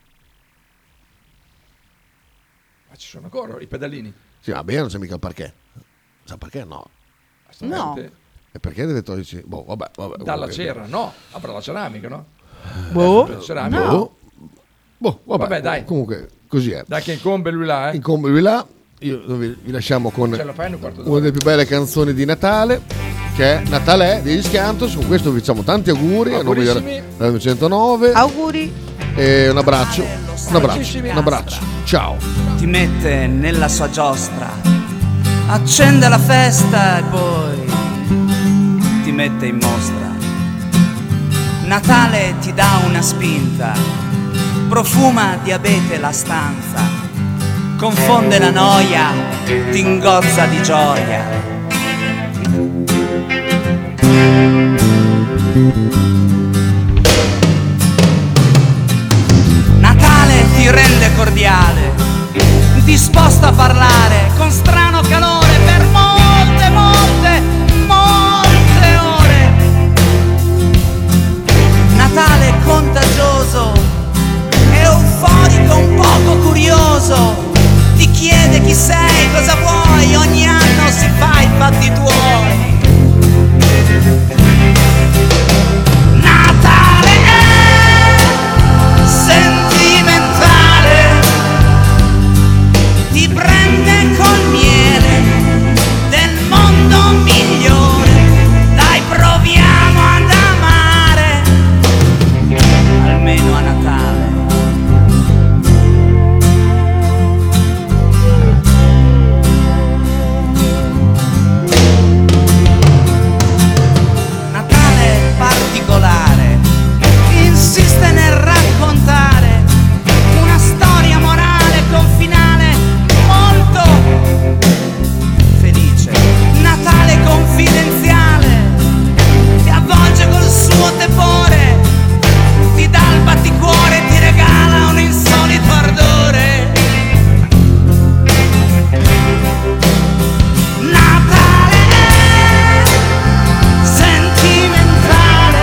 Ma ci sono ancora i pedalini? Sì, va bene, non c'è mica il parquet. C'è il parquet? No. No. E perché deve togliersi? Boh, vabbè. Dalla cera, no. Avrà la ceramica, no? Ceramica. No. Boh, vabbè, dai. Comunque, così è. Dai che incombe lui là, Incombe lui là. Io vi lasciamo con Ce la fai in un quarto d'ora. una delle più belle canzoni di Natale, che è Natale degli Schiantos. Con questo vi facciamo tanti auguri a nome Augurissimi. della 109. Auguri. E un abbraccio. Un abbraccio. Ciao. Ti mette nella sua giostra, accende la festa e poi ti mette in mostra. Natale ti dà una spinta, profuma di abete la stanza, confonde la noia, ti ingozza di gioia. Natale ti rende cordiale, disposto a parlare con strano calore per molte, molte, molte ore. Natale contagioso, euforico, un poco curioso, ti chiede chi sei, cosa vuoi, ogni anno si fa i fatti tuoi. Natale è sentimentale, ti prende col miele del mondo migliore, dai proviamo ad amare, almeno a Natale. Insiste nel raccontare una storia morale con finale molto felice. Natale confidenziale, ti avvolge col suo tepore, ti dà il batticuore, ti regala un insolito ardore. Natale è sentimentale,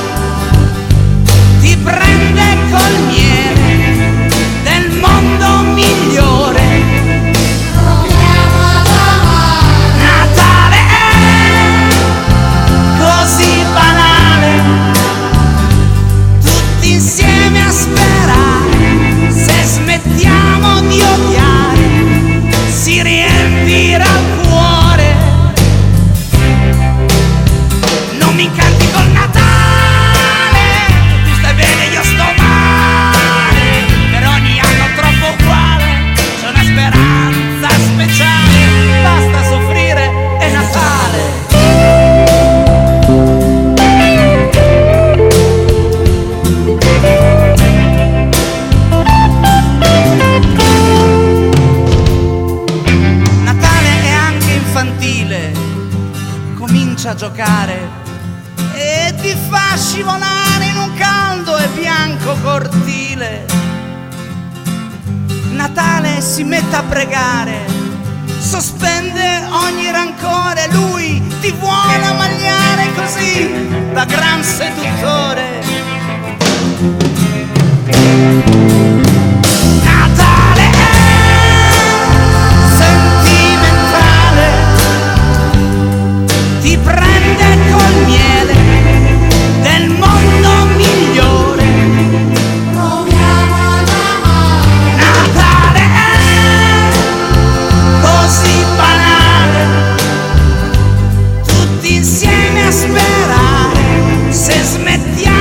ti prende col miele del mondo migliore. Natale è così banale, tutti insieme a sperare, se smettiamo di odiare si riempirà il cuore. Non mi incanti col Natale, bene, io sto male, per ogni anno troppo uguale c'è una speranza speciale, basta soffrire, è Natale. Natale è anche infantile, comincia a giocare e ti fa scivolare in un caldo e bianco cortile. Natale si mette a pregare, sospende ogni rancore, lui ti vuole ammagliare così da gran seduttore.